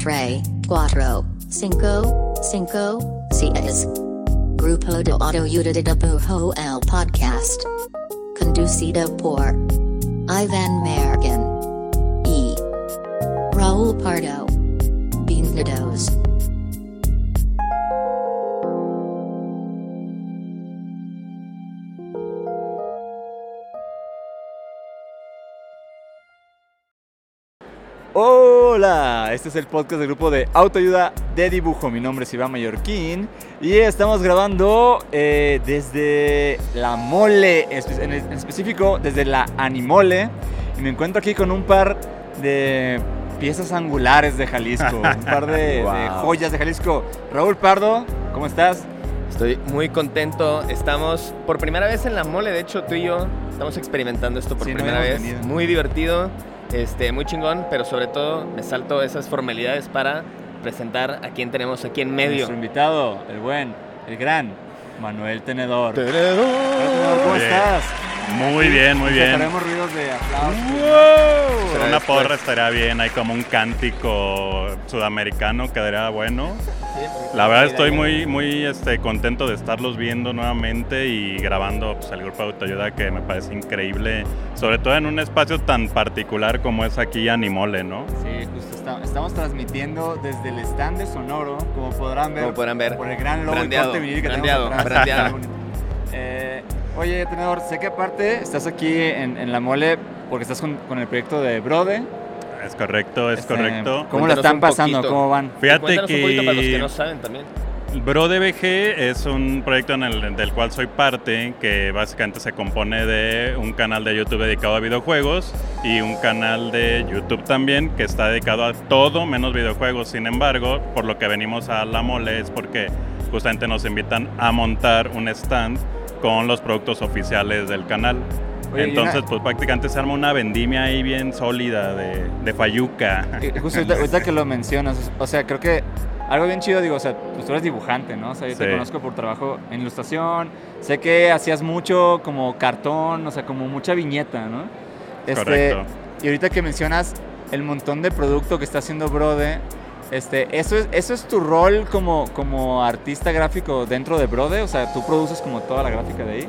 3, 4, 5, 5, 6. Grupo de Autoayuda de Pujo el Podcast. Conducido por Ivan Mergen y Raúl Pardo. Bienvenidos. Hola, este es el podcast del grupo de autoayuda de dibujo. Mi nombre es Iván Mallorquín y estamos grabando desde la Mole, en específico desde la Animole. Y me encuentro aquí con un par de piezas angulares de Jalisco, un par de joyas de Jalisco. Raúl Pardo, ¿cómo estás? Estoy muy contento. Estamos por primera vez en la Mole. De hecho, tú y yo estamos experimentando esto por primera vez. Muy divertido. Muy chingón, pero sobre todo me salto esas formalidades para presentar a quien tenemos aquí en medio. Nuestro invitado, el gran Manuel Tenedor. ¡Tenedor! ¿Cómo estás? Muy bien, muy bien. Haremos ruidos de aplausos. ¡Wow! Pero una porra estaría bien, hay como un cántico sudamericano, quedaría bueno. La verdad estoy muy contento de estarlos viendo nuevamente y grabando el grupo de autoayuda, que me parece increíble, sobre todo en un espacio tan particular como es aquí Animole, ¿no? Sí, justo estamos transmitiendo desde el stand de Sonoro, como podrán ver, por el gran logo y corte vinil que tenemos atrás. Oye, Tenedor, sé que aparte estás aquí en la Mole porque estás con el proyecto de Brode. Es correcto, correcto. ¿Cómo la están pasando? ¿Cómo van? Fíjate que un poquito para los que no saben también. Brode BG es un proyecto del cual soy parte, que básicamente se compone de un canal de YouTube dedicado a videojuegos y un canal de YouTube también que está dedicado a todo menos videojuegos. Sin embargo, por lo que venimos a la Mole es porque justamente nos invitan a montar un stand con los productos oficiales del canal. Oye, entonces, pues prácticamente se arma una vendimia ahí bien sólida de fayuca. Justo ahorita que lo mencionas, o sea, creo que algo bien chido, digo, o sea, pues tú eres dibujante, ¿no? O sea, yo te conozco por trabajo en ilustración, sé que hacías mucho como cartón, o sea, como mucha viñeta, ¿no? Correcto. Y ahorita que mencionas el montón de producto que está haciendo Brode, ¿eso es tu rol como artista gráfico dentro de Brode? O sea, ¿tú produces como toda la gráfica de ahí?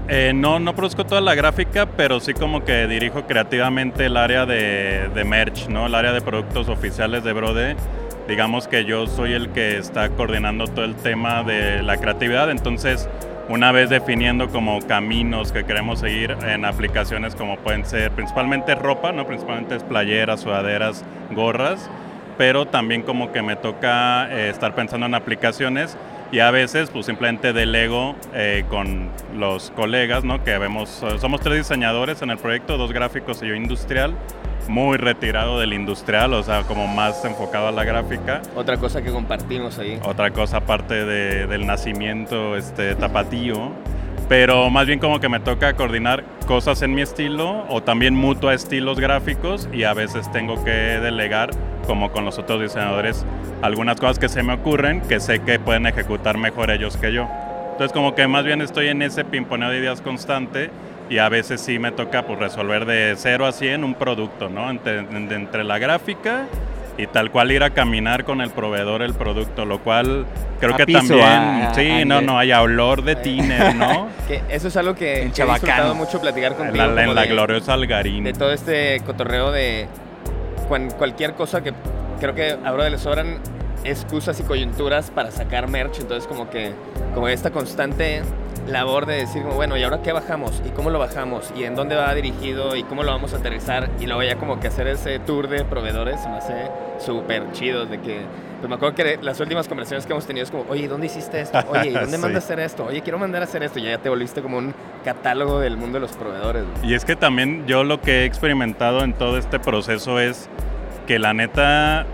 No produzco toda la gráfica, pero sí como que dirijo creativamente el área de merch, ¿no? El área de productos oficiales de Brode. Digamos que yo soy el que está coordinando todo el tema de la creatividad, entonces una vez definiendo como caminos que queremos seguir en aplicaciones como pueden ser principalmente ropa, ¿no? Principalmente es playeras, sudaderas, gorras, pero también como que me toca estar pensando en aplicaciones. Y a veces pues simplemente delego con los colegas, ¿no? Que somos 3 diseñadores en el proyecto, 2 gráficos y yo industrial, muy retirado del industrial, o sea, como más enfocado a la gráfica. Otra cosa que compartimos ahí. Otra cosa aparte del nacimiento tapatío, pero más bien como que me toca coordinar cosas en mi estilo o también mutuo a estilos gráficos y a veces tengo que delegar, como con los otros diseñadores, algunas cosas que se me ocurren que sé que pueden ejecutar mejor ellos que yo. Entonces como que más bien estoy en ese pimponeo de ideas constante y a veces sí me toca pues resolver de 0 a 100 un producto, ¿no? Entre la gráfica y tal cual ir a caminar con el proveedor el producto, lo cual creo que también hay olor de tiner, ¿no? Que eso es algo que he disfrutado mucho platicar contigo. En la gloriosa Algarín. De todo este cotorreo de cualquier cosa que creo que a Brode le sobran excusas y coyunturas para sacar merch, entonces como esta constante labor de decir como, bueno, ¿y ahora qué bajamos? ¿Y cómo lo bajamos? ¿Y en dónde va dirigido? ¿Y cómo lo vamos a aterrizar? Y luego ya como que hacer ese tour de proveedores se me hace súper chido, de que pues me acuerdo que las últimas conversaciones que hemos tenido es como, oye, ¿dónde hiciste esto? Oye, ¿y dónde mandas a hacer esto? Oye, quiero mandar a hacer esto. Y ya te volviste como un catálogo del mundo de los proveedores. Y es que también yo lo que he experimentado en todo este proceso es que la neta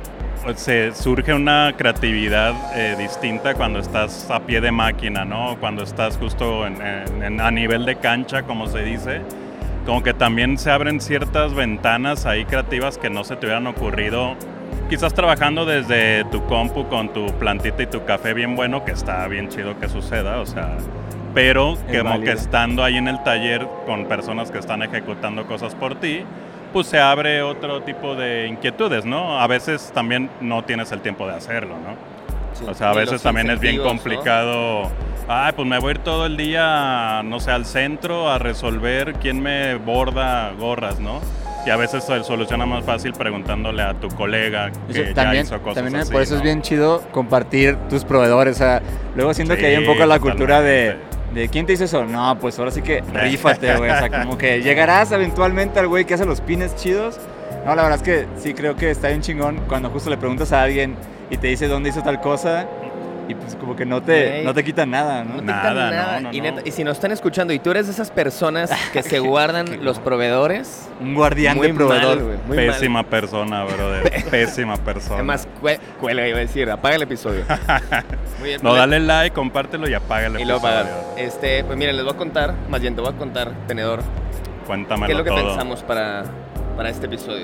surge una creatividad distinta cuando estás a pie de máquina, ¿no? Cuando estás justo a nivel de cancha, como se dice. Como que también se abren ciertas ventanas ahí creativas que no se te hubieran ocurrido. Quizás trabajando desde tu compu con tu plantita y tu café bien bueno, que está bien chido que suceda, o sea, pero como que estando ahí en el taller con personas que están ejecutando cosas por ti, pues se abre otro tipo de inquietudes, ¿no? A veces también no tienes el tiempo de hacerlo, ¿no? Sí, o sea, a ni veces los también es bien incentivos, complicado. Ay, pues me voy a ir todo el día, no sé, al centro a resolver quién me borda gorras, ¿no? Y a veces se soluciona más fácil preguntándole a tu colega que ya hizo cosas también así, por eso ¿no? es bien chido compartir tus proveedores. O sea, luego siento que hay un poco la cultura de ¿quién te hizo eso? No, pues ahora sí que rífate, güey. O sea, como que llegarás eventualmente al güey que hace los pines chidos. No, la verdad es que sí creo que está bien chingón cuando justo le preguntas a alguien y te dice dónde hizo tal cosa. Y pues como que no te quitan nada, ¿no? No te Nada, quitan nada. no. Y, neta, y si nos están escuchando y tú eres de esas personas que se guardan los proveedores, Un guardián muy de proveedor. mal, güey, muy Pésima mal. persona, brother. Pésima persona. Además, cuelga, iba a decir, apaga el episodio. Muy bien. No, pues, dale like, compártelo y apaga el y luego episodio. apaga. Pues miren, les voy a contar, más bien te voy a contar, Tenedor, Cuéntamelo qué es lo que todo. pensamos para este episodio.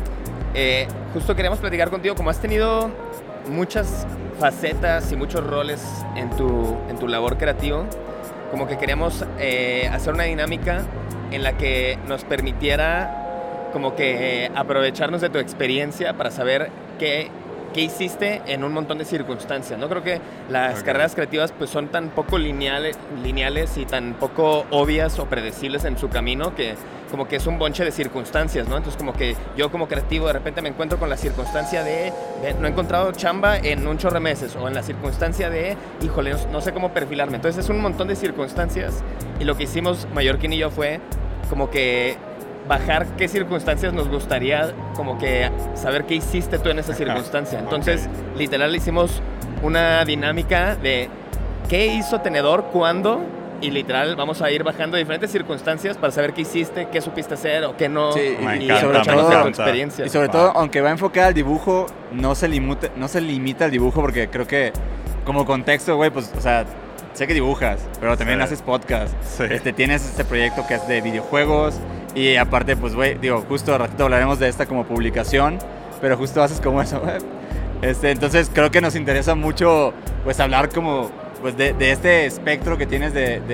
Justo queríamos platicar contigo, como has tenido muchas facetas y muchos roles en tu labor creativo, como que queríamos hacer una dinámica en la que nos permitiera como que aprovecharnos de tu experiencia para saber qué hiciste en un montón de circunstancias, ¿no? Creo que las carreras creativas pues son tan poco lineales y tan poco obvias o predecibles en su camino que como que es un bonche de circunstancias, ¿no? Entonces como que yo como creativo de repente me encuentro con la circunstancia de no he encontrado chamba en un chorro de meses, o en la circunstancia de, híjole, no sé cómo perfilarme. Entonces es un montón de circunstancias y lo que hicimos Mallorquín y yo fue como que bajar qué circunstancias nos gustaría como que saber qué hiciste tú en esa circunstancia. Entonces, literal, hicimos una dinámica de qué hizo Tenedor, cuándo, y literal vamos a ir bajando diferentes circunstancias para saber qué hiciste, qué supiste hacer o qué no. Sí, Me y encanta, sobre me todo, encanta. tu experiencia. Y sobre todo, aunque va enfocada al dibujo, no se limita al dibujo, porque creo que como contexto, güey, pues, o sea, sé que dibujas, pero también Sí. haces podcast. Sí. Tienes este proyecto que es de videojuegos y aparte, pues, güey, digo, justo al ratito hablaremos de esta como publicación, pero justo haces como eso, güey. Entonces creo que nos interesa mucho, pues, hablar como, pues, de este espectro que tienes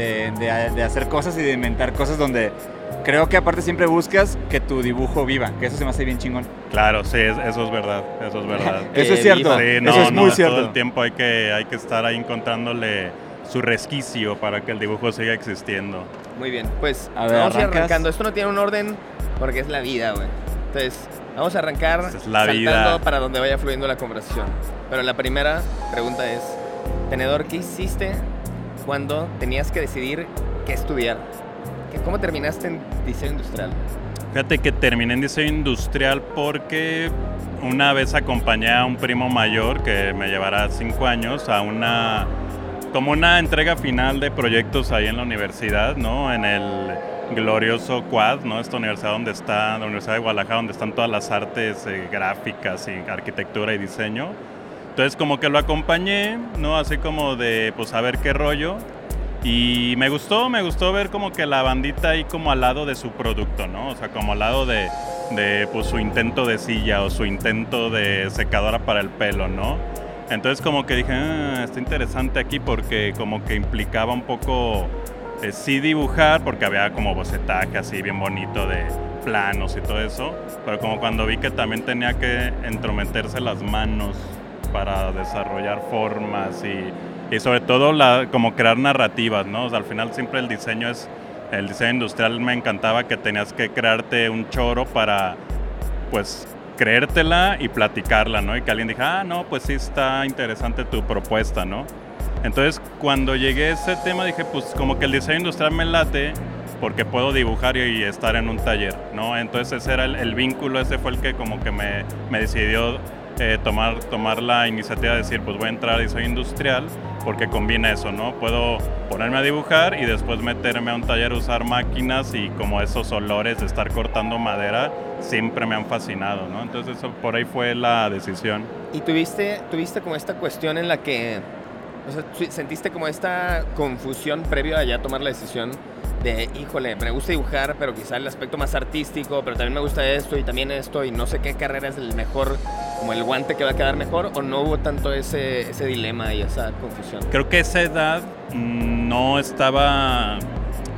de hacer cosas y de inventar cosas donde creo que aparte siempre buscas que tu dibujo viva, que eso se me hace bien chingón. Claro, sí, eso es verdad, eso es verdad. Eso es cierto, Sí, eso es muy cierto. Todo el tiempo hay que estar ahí encontrándole su resquicio para que el dibujo siga existiendo. Muy bien, pues A ver, vamos a ir ¿arrancas? arrancando. Esto no tiene un orden porque es la vida, güey. Entonces, vamos a arrancar Esa es la saltando vida. para donde vaya fluyendo la conversación. Pero la primera pregunta es, Tenedor, ¿qué hiciste cuando tenías que decidir qué estudiar? ¿Cómo terminaste en diseño industrial? Fíjate que terminé en diseño industrial porque una vez acompañé a un primo mayor que me llevará 5 años a como una entrega final de proyectos ahí en la universidad, ¿no? En el glorioso Quad, ¿no? Esta universidad donde está, la Universidad de Guadalajara, donde están todas las artes gráficas y arquitectura y diseño. Entonces como que lo acompañé, ¿no? Así como de, pues, a ver qué rollo. Y me gustó ver como que la bandita ahí como al lado de su producto, ¿no? O sea, como al lado de pues, su intento de silla o su intento de secadora para el pelo, ¿no? Entonces como que dije, está interesante aquí porque como que implicaba un poco, sí dibujar, porque había como bocetaje así bien bonito de planos y todo eso, pero como cuando vi que también tenía que entrometerse las manos para desarrollar formas y sobre todo como crear narrativas, ¿no? O sea, al final siempre el diseño industrial me encantaba que tenías que crearte un choro para, pues, creértela y platicarla, ¿no? Y que alguien dijera, no, pues sí está interesante tu propuesta, ¿no? Entonces, cuando llegué a ese tema dije, pues como que el diseño industrial me late porque puedo dibujar y estar en un taller, ¿no? Entonces ese era el vínculo, ese fue el que como que me decidió tomar la iniciativa de decir, pues voy a entrar a diseño industrial porque combina eso, ¿no? Puedo ponerme a dibujar y después meterme a un taller a usar máquinas y como esos olores de estar cortando madera siempre me han fascinado, ¿no? Entonces eso, por ahí fue la decisión. ¿Y tuviste como esta cuestión en la que, o sea, sentiste como esta confusión previo a ya tomar la decisión de, híjole, me gusta dibujar, pero quizá el aspecto más artístico, pero también me gusta esto y también esto, y no sé qué carrera es el mejor, como el guante que va a quedar mejor, o no hubo tanto ese dilema y esa confusión? Creo que esa edad no estaba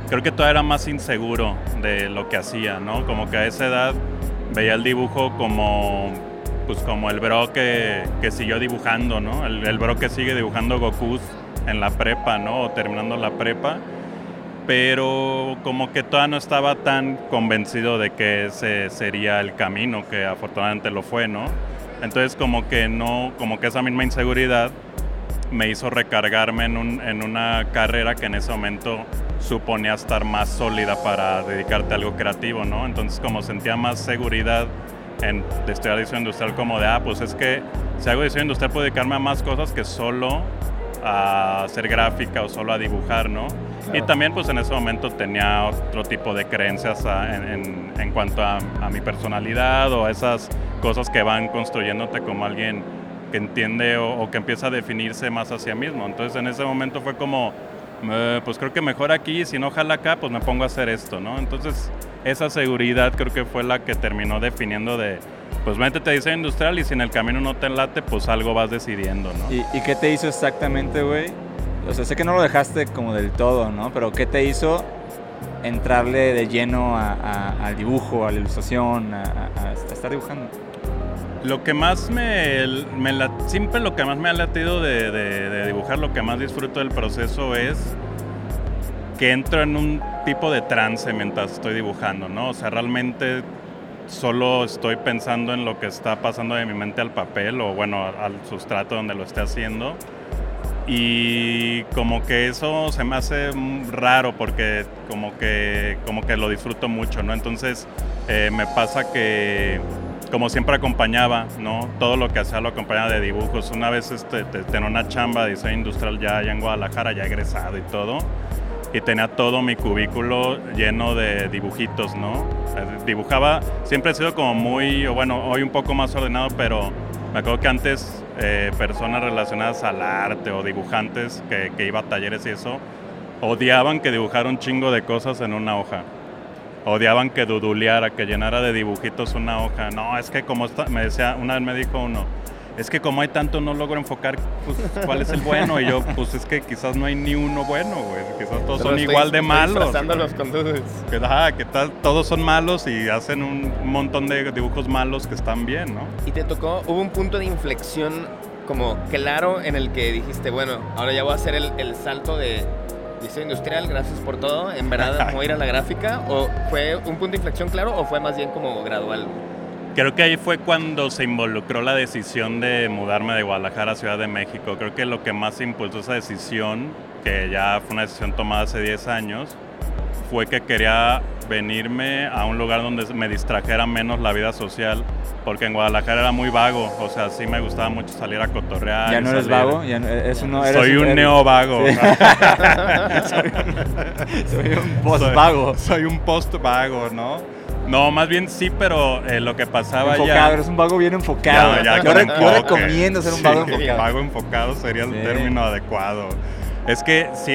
creo que todavía era más inseguro de lo que hacía, ¿no? Como que a esa edad veía el dibujo como el bro que siguió dibujando, ¿no? El bro que sigue dibujando Gokus en la prepa, ¿no? O terminando la prepa. Pero como que todavía no estaba tan convencido de que ese sería el camino, que afortunadamente lo fue, ¿no? Entonces como que esa misma inseguridad me hizo recargarme en una carrera que en ese momento suponía estar más sólida para dedicarte a algo creativo, ¿no? Entonces como sentía más seguridad de estudiar diseño industrial, como de, pues es que si hago diseño industrial puedo dedicarme a más cosas que solo a hacer gráfica o solo a dibujar, ¿no? Claro. Y también pues en ese momento tenía otro tipo de creencias en cuanto a mi personalidad o a esas cosas que van construyéndote como alguien que entiende o que empieza a definirse más hacia mismo. Entonces en ese momento fue como, pues creo que mejor aquí, si no jala acá, pues me pongo a hacer esto, ¿no? Entonces esa seguridad creo que fue la que terminó definiendo de, pues métete a diseño industrial y si en el camino no te late, pues algo vas decidiendo, ¿no? ¿Y qué te hizo exactamente, güey? O sea, sé que no lo dejaste como del todo, ¿no? Pero ¿qué te hizo entrarle de lleno al dibujo, a la ilustración, a estar dibujando? Lo que más siempre lo que más me ha latido de dibujar, lo que más disfruto del proceso es que entro en un tipo de trance mientras estoy dibujando, ¿no? O sea, realmente solo estoy pensando en lo que está pasando de mi mente al papel o bueno, al sustrato donde lo esté haciendo. Y como que eso se me hace raro porque como que lo disfruto mucho, ¿no? Entonces me pasa que como siempre acompañaba, ¿no? Todo lo que hacía lo acompañaba de dibujos. Una vez tenía una chamba de diseño industrial ya allá en Guadalajara, ya egresado y todo. Y tenía todo mi cubículo lleno de dibujitos, ¿no? Dibujaba, siempre he sido como muy, o bueno, hoy un poco más ordenado, pero me acuerdo que antes personas relacionadas al arte o dibujantes que iba a talleres y eso, odiaban que dibujara un chingo de cosas en una hoja. Odiaban que duduleara, que llenara de dibujitos una hoja. No, es que como me decía, una vez me dijo uno, es que como hay tanto no logro enfocar pues, cuál es el bueno. Y yo, pues es que quizás no hay ni uno bueno, güey. Quizás todos son igual de malos. Que todos son malos y hacen un montón de dibujos malos que están bien, ¿no? Y te tocó, hubo un punto de inflexión como claro en el que dijiste, bueno, ahora ya voy a hacer el salto de diseño industrial, gracias por todo, en verdad voy a ir a la gráfica. ¿O fue un punto de inflexión claro o fue más bien como gradual? Creo que ahí fue cuando se involucró la decisión de mudarme de Guadalajara a Ciudad de México. Creo que lo que más impulsó esa decisión, que ya fue una decisión tomada hace 10 años, fue que quería venirme a un lugar donde me distrajera menos la vida social, porque en Guadalajara era muy vago, o sea, sí me gustaba mucho salir a cotorrear. ¿Ya no eres vago? Soy un neovago. Sí. soy un post-vago. Soy un post-vago, ¿no? No, más bien sí, pero lo que pasaba enfocado, eres un vago bien enfocado. Yo recomiendo ser un vago enfocado. Vago enfocado sería el término adecuado. Es que sí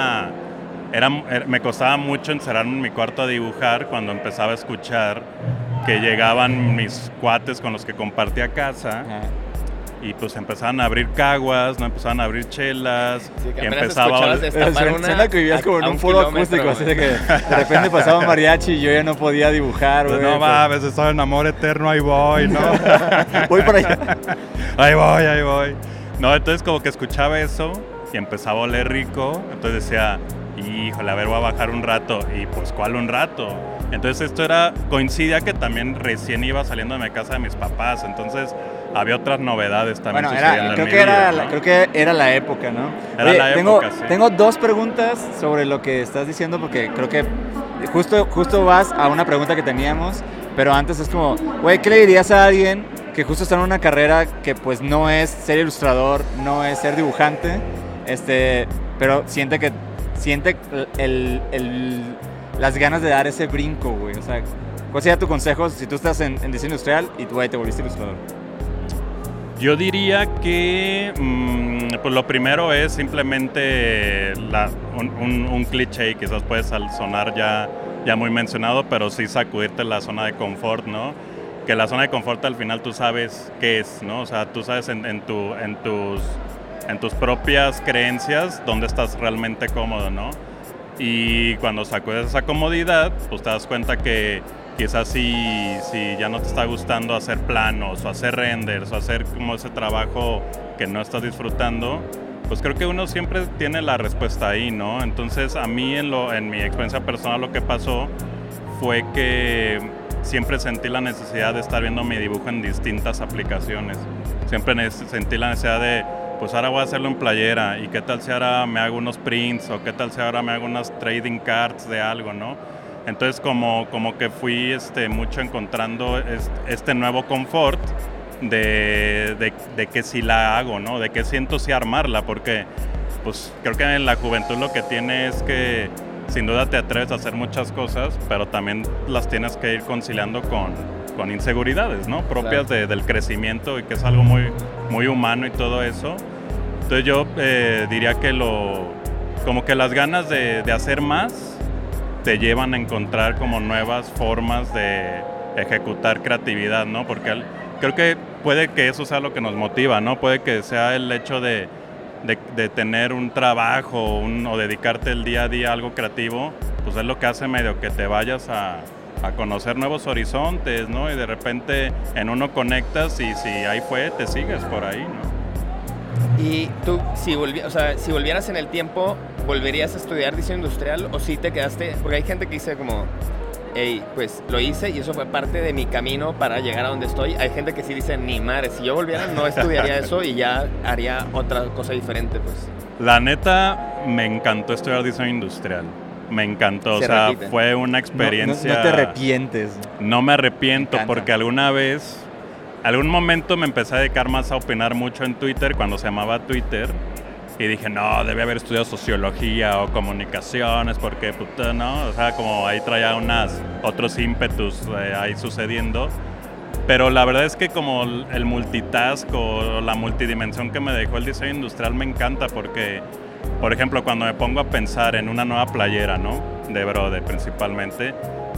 me costaba mucho encerrarme en mi cuarto a dibujar cuando empezaba a escuchar que llegaban mis cuates con los que compartía casa. Ajá. Y pues empezaban a abrir caguas, no empezaban a abrir chelas. Sí, que y empezaba a destapar una. Suena que vivías como en un foro acústico, así de que de repente pasaba un mariachi y yo ya no podía dibujar, güey. No mames, estaba en amor eterno, ahí voy, ¿no? Voy para allá. Ahí voy. No, entonces como que escuchaba eso y empezaba a oler rico. Entonces decía, híjole, a ver, voy a bajar un rato. Y pues, ¿cuál un rato? Entonces esto coincidía que también recién iba saliendo de mi casa de mis papás. Entonces había otras novedades también sucediendo en mi vida, ¿no? Creo que era la época, ¿no? Tengo dos preguntas sobre lo que estás diciendo porque creo que justo vas a una pregunta que teníamos, pero antes es como, güey, ¿qué le dirías a alguien que justo está en una carrera que pues no es ser ilustrador, no es ser dibujante, pero siente las ganas de dar ese brinco, güey? O sea, ¿cuál sería tu consejo si tú estás en diseño industrial y tú, güey, te volviste ilustrador? Yo diría que pues lo primero es simplemente un cliché y quizás puede sonar ya muy mencionado, pero sí sacudirte la zona de confort, ¿no? Que la zona de confort al final tú sabes qué es, ¿no? O sea, tú sabes en tus propias creencias dónde estás realmente cómodo, ¿no? Y cuando sacudes esa comodidad, pues te das cuenta que quizás si ya no te está gustando hacer planos o hacer renders o hacer como ese trabajo que no estás disfrutando, pues creo que uno siempre tiene la respuesta ahí, ¿no? Entonces a mí en mi experiencia personal lo que pasó fue que siempre sentí la necesidad de estar viendo mi dibujo en distintas aplicaciones. Siempre sentí la necesidad de, pues ahora voy a hacerlo en playera, y qué tal si ahora me hago unos prints, o qué tal si ahora me hago unas trading cards de algo, ¿no? Entonces como que fui mucho encontrando este nuevo confort de que si la hago, ¿no? De que siento si armarla, porque pues creo que en la juventud lo que tiene es que sin duda te atreves a hacer muchas cosas, pero también las tienes que ir conciliando con inseguridades, ¿no? Propias del crecimiento, y que es algo muy, muy humano y todo eso. Entonces yo diría que como que las ganas de hacer más te llevan a encontrar como nuevas formas de ejecutar creatividad, ¿no? Porque creo que puede que eso sea lo que nos motiva, ¿no? Puede que sea el hecho de tener un trabajo o dedicarte el día a día a algo creativo, pues es lo que hace medio que te vayas a conocer nuevos horizontes, ¿no? Y de repente en uno conectas, y si ahí fue, te sigues por ahí, ¿no? Y tú, si volvieras en el tiempo, ¿volverías a estudiar diseño industrial o si te quedaste? Porque hay gente que dice como, hey, pues lo hice y eso fue parte de mi camino para llegar a donde estoy. Hay gente que sí dice, ni madre, si yo volviera no estudiaría eso y ya haría otra cosa diferente, pues. La neta, me encantó estudiar diseño industrial. Me encantó, Repite. Fue una experiencia... No te arrepientes. No me arrepiento, porque algún momento me empecé a dedicar más a opinar mucho en Twitter, cuando se llamaba Twitter, y dije, no, debí haber estudiado sociología o comunicaciones, porque puta, ¿no? O sea, como ahí traía otros ímpetus ahí sucediendo. Pero la verdad es que como el multitask o la multidimensión que me dejó el diseño industrial me encanta, porque, por ejemplo, cuando me pongo a pensar en una nueva playera, ¿no? De Brode principalmente,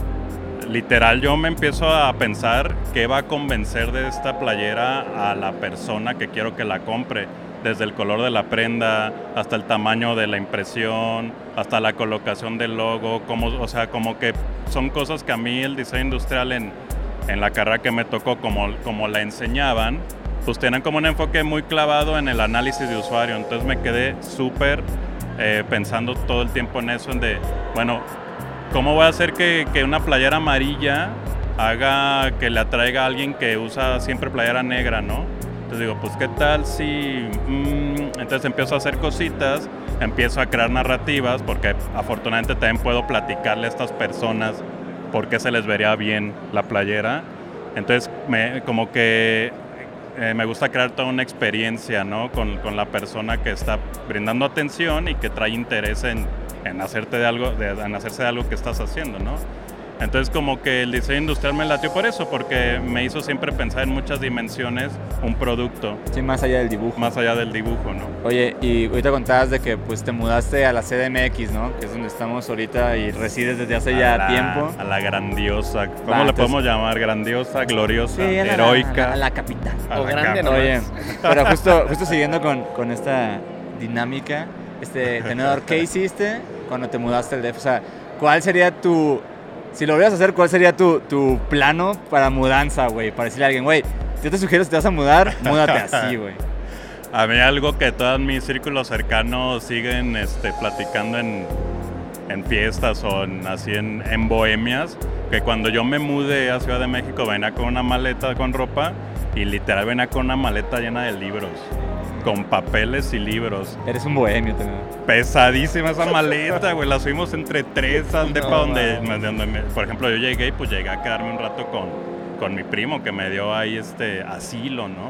literal yo me empiezo a pensar qué va a convencer de esta playera a la persona que quiero que la compre, desde el color de la prenda hasta el tamaño de la impresión, hasta la colocación del logo, como que son cosas que a mí el diseño industrial en la carrera que me tocó, como la enseñaban, pues tienen como un enfoque muy clavado en el análisis de usuario. Entonces me quedé súper pensando todo el tiempo en eso, bueno, ¿cómo voy a hacer que una playera amarilla haga que le atraiga a alguien que usa siempre playera negra, ¿no? Entonces digo, pues ¿qué tal si...? Entonces empiezo a hacer cositas, empiezo a crear narrativas, porque afortunadamente también puedo platicarle a estas personas por qué se les vería bien la playera. Entonces como que me gusta crear toda una experiencia, ¿no? Con la persona que está brindando atención y que trae interés en hacerse de algo que estás haciendo, ¿no? Entonces como que el diseño industrial me latió por eso, porque me hizo siempre pensar en muchas dimensiones un producto. Sí, más allá del dibujo. Más allá del dibujo, ¿no? Oye, y ahorita contabas de que pues te mudaste a la CDMX, ¿no? Que es donde estamos ahorita y resides desde hace ya tiempo. A la grandiosa, ¿cómo le podemos llamar? Grandiosa, gloriosa, sí, heroica. A la capital. O grande, ¿no? Oye, pero justo siguiendo con esta dinámica, tenedor, ¿qué hiciste cuando te mudaste al DF? O sea, ¿cuál sería si lo volvieras a hacer, cuál sería tu plano para mudanza, güey? Para decirle a alguien, güey, yo te sugiero, si te vas a mudar, múdate así, güey. A mí algo que todos mis círculos cercanos siguen platicando en fiestas o así en bohemias, que cuando yo me mudé a Ciudad de México venía con una maleta con ropa y literal venía con una maleta llena de libros, con papeles y libros. Eres un bohemio también. Pesadísima esa maleta, güey. La subimos entre tres al depa donde por ejemplo, yo llegué a quedarme un rato con mi primo que me dio ahí asilo, ¿no?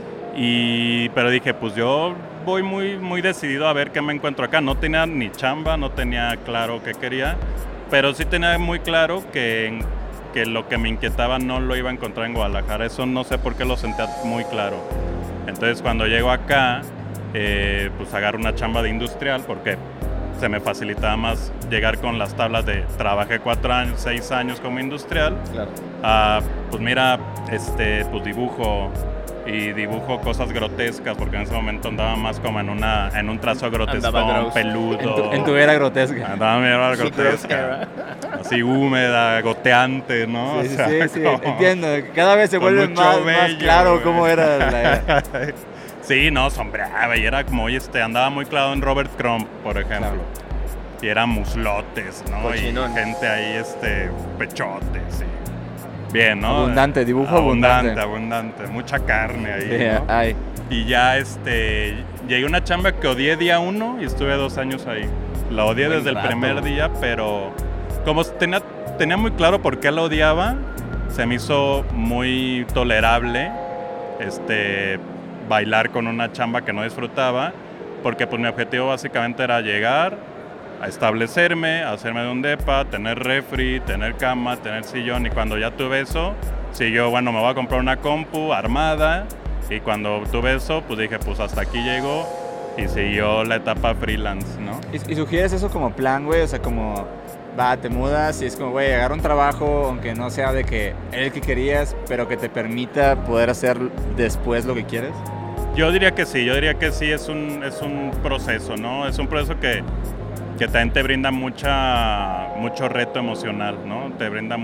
Pero dije, pues yo voy muy, muy decidido a ver qué me encuentro acá. No tenía ni chamba, no tenía claro qué quería, pero sí tenía muy claro que lo que me inquietaba no lo iba a encontrar en Guadalajara. Eso no sé por qué lo sentía muy claro. Entonces cuando llego acá, pues agarro una chamba de industrial, porque se me facilitaba más llegar con las tablas de trabajé 6 años como industrial. Claro. Pues mira, pues dibujo y dibujo cosas grotescas, porque en ese momento andaba más como en un trazo grotesco, peludo. En tu era grotesca. Andaba en mi era grotesca. Así húmeda, goteante, ¿no? Sí, o sea, sí, entiendo. Cada vez se vuelve más claro, güey, cómo era la era. Sí, no, sombreaba y era como, andaba muy clavado en Robert Crumb, por ejemplo. Claro. Y eran muslotes, ¿no? Cochinón. Y gente ahí, pechotes, sí. Bien, ¿no? Abundante, dibujo abundante. Abundante, mucha carne ahí, Sí, ¿no? ay. Y ya, llegué a una chamba que odié día 1 y estuve 2 años ahí. La odié desde el primer día, pero como tenía muy claro por qué la odiaba, se me hizo muy tolerable, bailar con una chamba que no disfrutaba, porque pues mi objetivo básicamente era llegar, a establecerme, a hacerme de un depa, tener refri, tener cama, tener sillón, y cuando ya tuve eso, me voy a comprar una compu armada, y cuando tuve eso, pues dije, pues hasta aquí llego, y siguió la etapa freelance, ¿no? ¿Y sugieres eso como plan, güey? O sea, como, te mudas y es como, güey, agarra un trabajo, aunque no sea de que el que querías, pero que te permita poder hacer después lo que quieres. Yo diría que sí, es un proceso, ¿no? Es un proceso que también te brinda mucho reto emocional, ¿no? Te brinda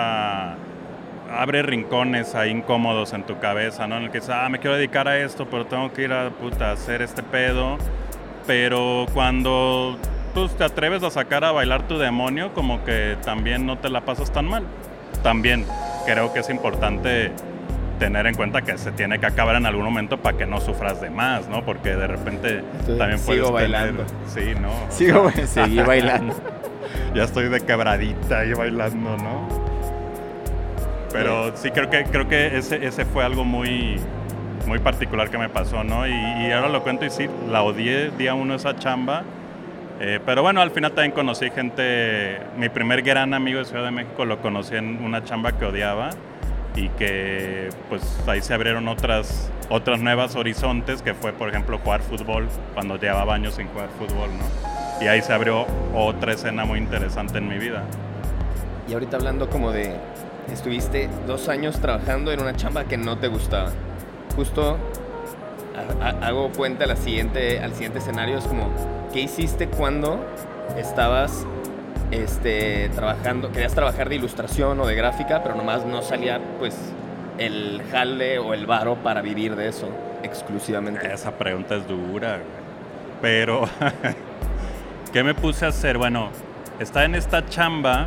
abre rincones ahí incómodos en tu cabeza, ¿no? En el que dices, me quiero dedicar a esto, pero tengo que ir a hacer este pedo. Pero cuando pues, te atreves a sacar a bailar tu demonio, como que también no te la pasas tan mal. También creo que es importante tener en cuenta que se tiene que acabar en algún momento para que no sufras de más, ¿no? Porque de repente también puedes sigo bailando. Sí, ¿no? Seguí bailando. Ya estoy de quebradita ahí bailando, ¿no? Pero sí creo que ese fue algo muy, muy particular que me pasó, ¿no? Y ahora lo cuento y sí, la odié día 1 esa chamba. Pero bueno, al final también conocí gente, mi primer gran amigo de Ciudad de México lo conocí en una chamba que odiaba. Y que pues ahí se abrieron otras nuevas horizontes, que fue por ejemplo jugar fútbol, cuando llevaba años sin jugar fútbol, ¿no? Y ahí se abrió otra escena muy interesante en mi vida. Y ahorita hablando como de, estuviste 2 años trabajando en una chamba que no te gustaba. Justo hago puente al siguiente escenario, es como, ¿qué hiciste cuando estabas trabajando, querías trabajar de ilustración o de gráfica, pero nomás no salía pues el jale o el varo para vivir de eso exclusivamente? Esa pregunta es dura, güey. Pero ¿qué me puse a hacer? Bueno, estaba en esta chamba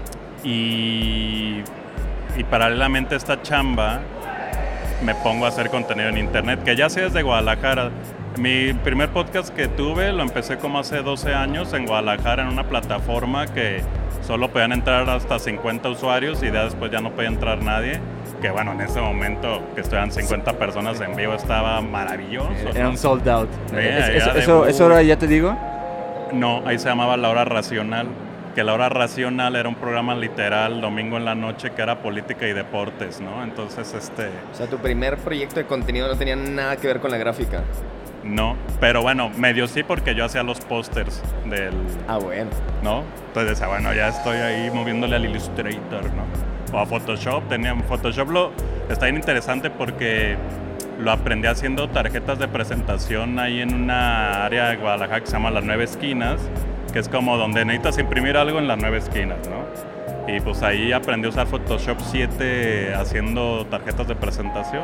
y paralelamente a esta chamba me pongo a hacer contenido en internet, que ya sé desde Guadalajara. Mi primer podcast que tuve lo empecé como hace 12 años en Guadalajara, en una plataforma que solo podían entrar hasta 50 usuarios y ya después ya no podía entrar nadie. Que bueno, en ese momento que estuvieran 50 personas en vivo estaba maravilloso, ¿no? Era un sold out. ¿Eso ahora ya te digo? No, ahí se llamaba La Hora Racional. Que La Hora Racional era un programa literal domingo en la noche que era política y deportes, ¿no? Entonces O sea, tu primer proyecto de contenido no tenía nada que ver con la gráfica. No, pero bueno, medio sí, porque yo hacía los pósters del... Bueno. ¿No? Entonces decía, bueno, ya estoy ahí moviéndole al Illustrator, ¿no? O a Photoshop. Photoshop está bien interesante porque lo aprendí haciendo tarjetas de presentación ahí en una área de Guadalajara que se llama Las 9 Esquinas, que es como donde necesitas imprimir algo en las 9 esquinas, ¿no? Y pues ahí aprendí a usar Photoshop 7 haciendo tarjetas de presentación.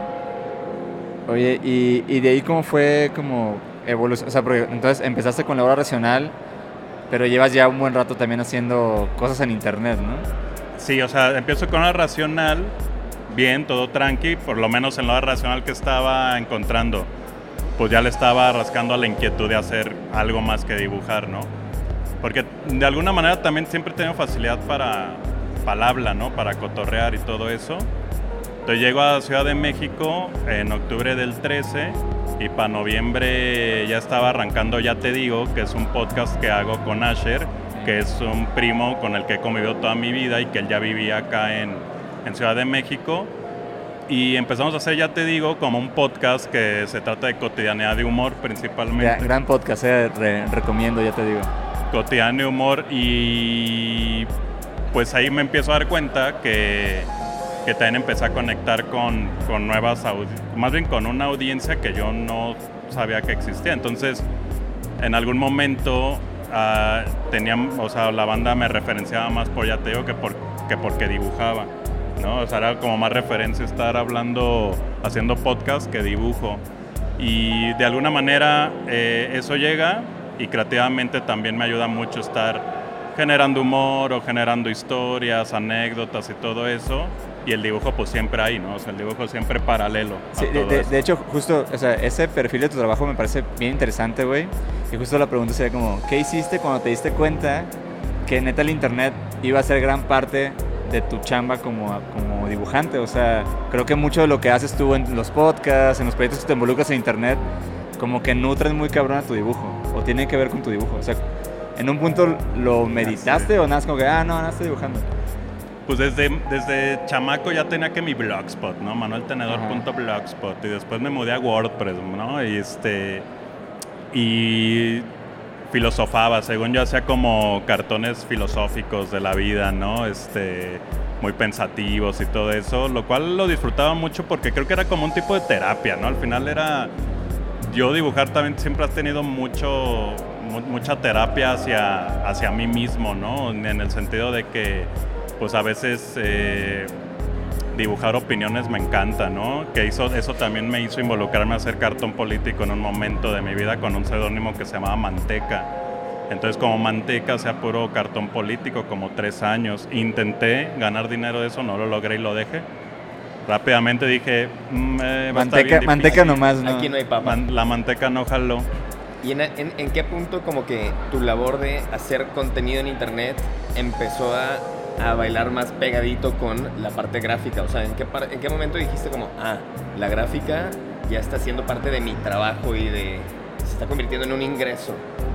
Oye, y de ahí cómo fue como evolución, o sea, porque entonces empezaste con La Hora Racional, pero llevas ya un buen rato también haciendo cosas en internet, ¿no? Sí, o sea, empiezo con La Hora Racional, bien, todo tranqui, por lo menos en La Hora Racional que estaba encontrando, pues ya le estaba rascando a la inquietud de hacer algo más que dibujar, ¿no? Porque de alguna manera también siempre he tenido facilidad para el habla, ¿no? Para cotorrear y todo eso. Entonces llego a Ciudad de México en octubre del 13 y para noviembre ya estaba arrancando Ya Te Digo, que es un podcast que hago con Asher, que es un primo con el que he convivido toda mi vida y que él ya vivía acá en Ciudad de México. Y empezamos a hacer Ya Te Digo como un podcast que se trata de cotidianidad de humor principalmente. Gran podcast, recomiendo, Ya Te Digo. Cotidiano de humor, y pues ahí me empiezo a dar cuenta que que también empecé a conectar con nuevas, más bien con una audiencia que yo no sabía que existía. Entonces, en algún momento la banda me referenciaba más por, ya te digo, que porque dibujaba, ¿no? O sea, era como más referencia estar haciendo podcast que dibujo. Y de alguna manera eso llega, y creativamente también me ayuda mucho estar generando humor o generando historias, anécdotas y todo eso. Y el dibujo pues siempre ahí, ¿no? O sea, el dibujo siempre paralelo. Sí, de hecho, justo, o sea, ese perfil de tu trabajo me parece bien interesante, güey. Y justo la pregunta sería como, ¿qué hiciste cuando te diste cuenta que neta el internet iba a ser gran parte de tu chamba como dibujante? O sea, creo que mucho de lo que haces tú en los podcasts, en los proyectos que te involucras en internet, como que nutren muy cabrón a tu dibujo, o tienen que ver con tu dibujo. O sea, ¿en un punto lo meditaste o nada más como que, no estoy dibujando? Pues desde chamaco ya tenía que mi blogspot, ¿no? manueltenedor.blogspot, y después me mudé a WordPress, ¿no? Y filosofaba, según yo hacía como cartones filosóficos de la vida, ¿no? Muy pensativos y todo eso, lo cual lo disfrutaba mucho porque creo que era como un tipo de terapia, ¿no? Al final yo dibujar también siempre has tenido mucha terapia hacia mí mismo, ¿no? En el sentido de que pues a veces dibujar opiniones me encanta, ¿no? Que eso también me hizo involucrarme a hacer cartón político en un momento de mi vida con un seudónimo que se llamaba Manteca. Entonces, como Manteca, hacía puro cartón político como 3 años. Intenté ganar dinero de eso, no lo logré y lo dejé. Rápidamente dije, manteca nomás, ¿no? Aquí no hay papa. La manteca no jaló. ¿Y en qué punto como que tu labor de hacer contenido en internet empezó a bailar más pegadito con la parte gráfica? O sea, ¿en qué momento dijiste como, la gráfica ya está siendo parte de mi trabajo y se está convirtiendo en un ingreso?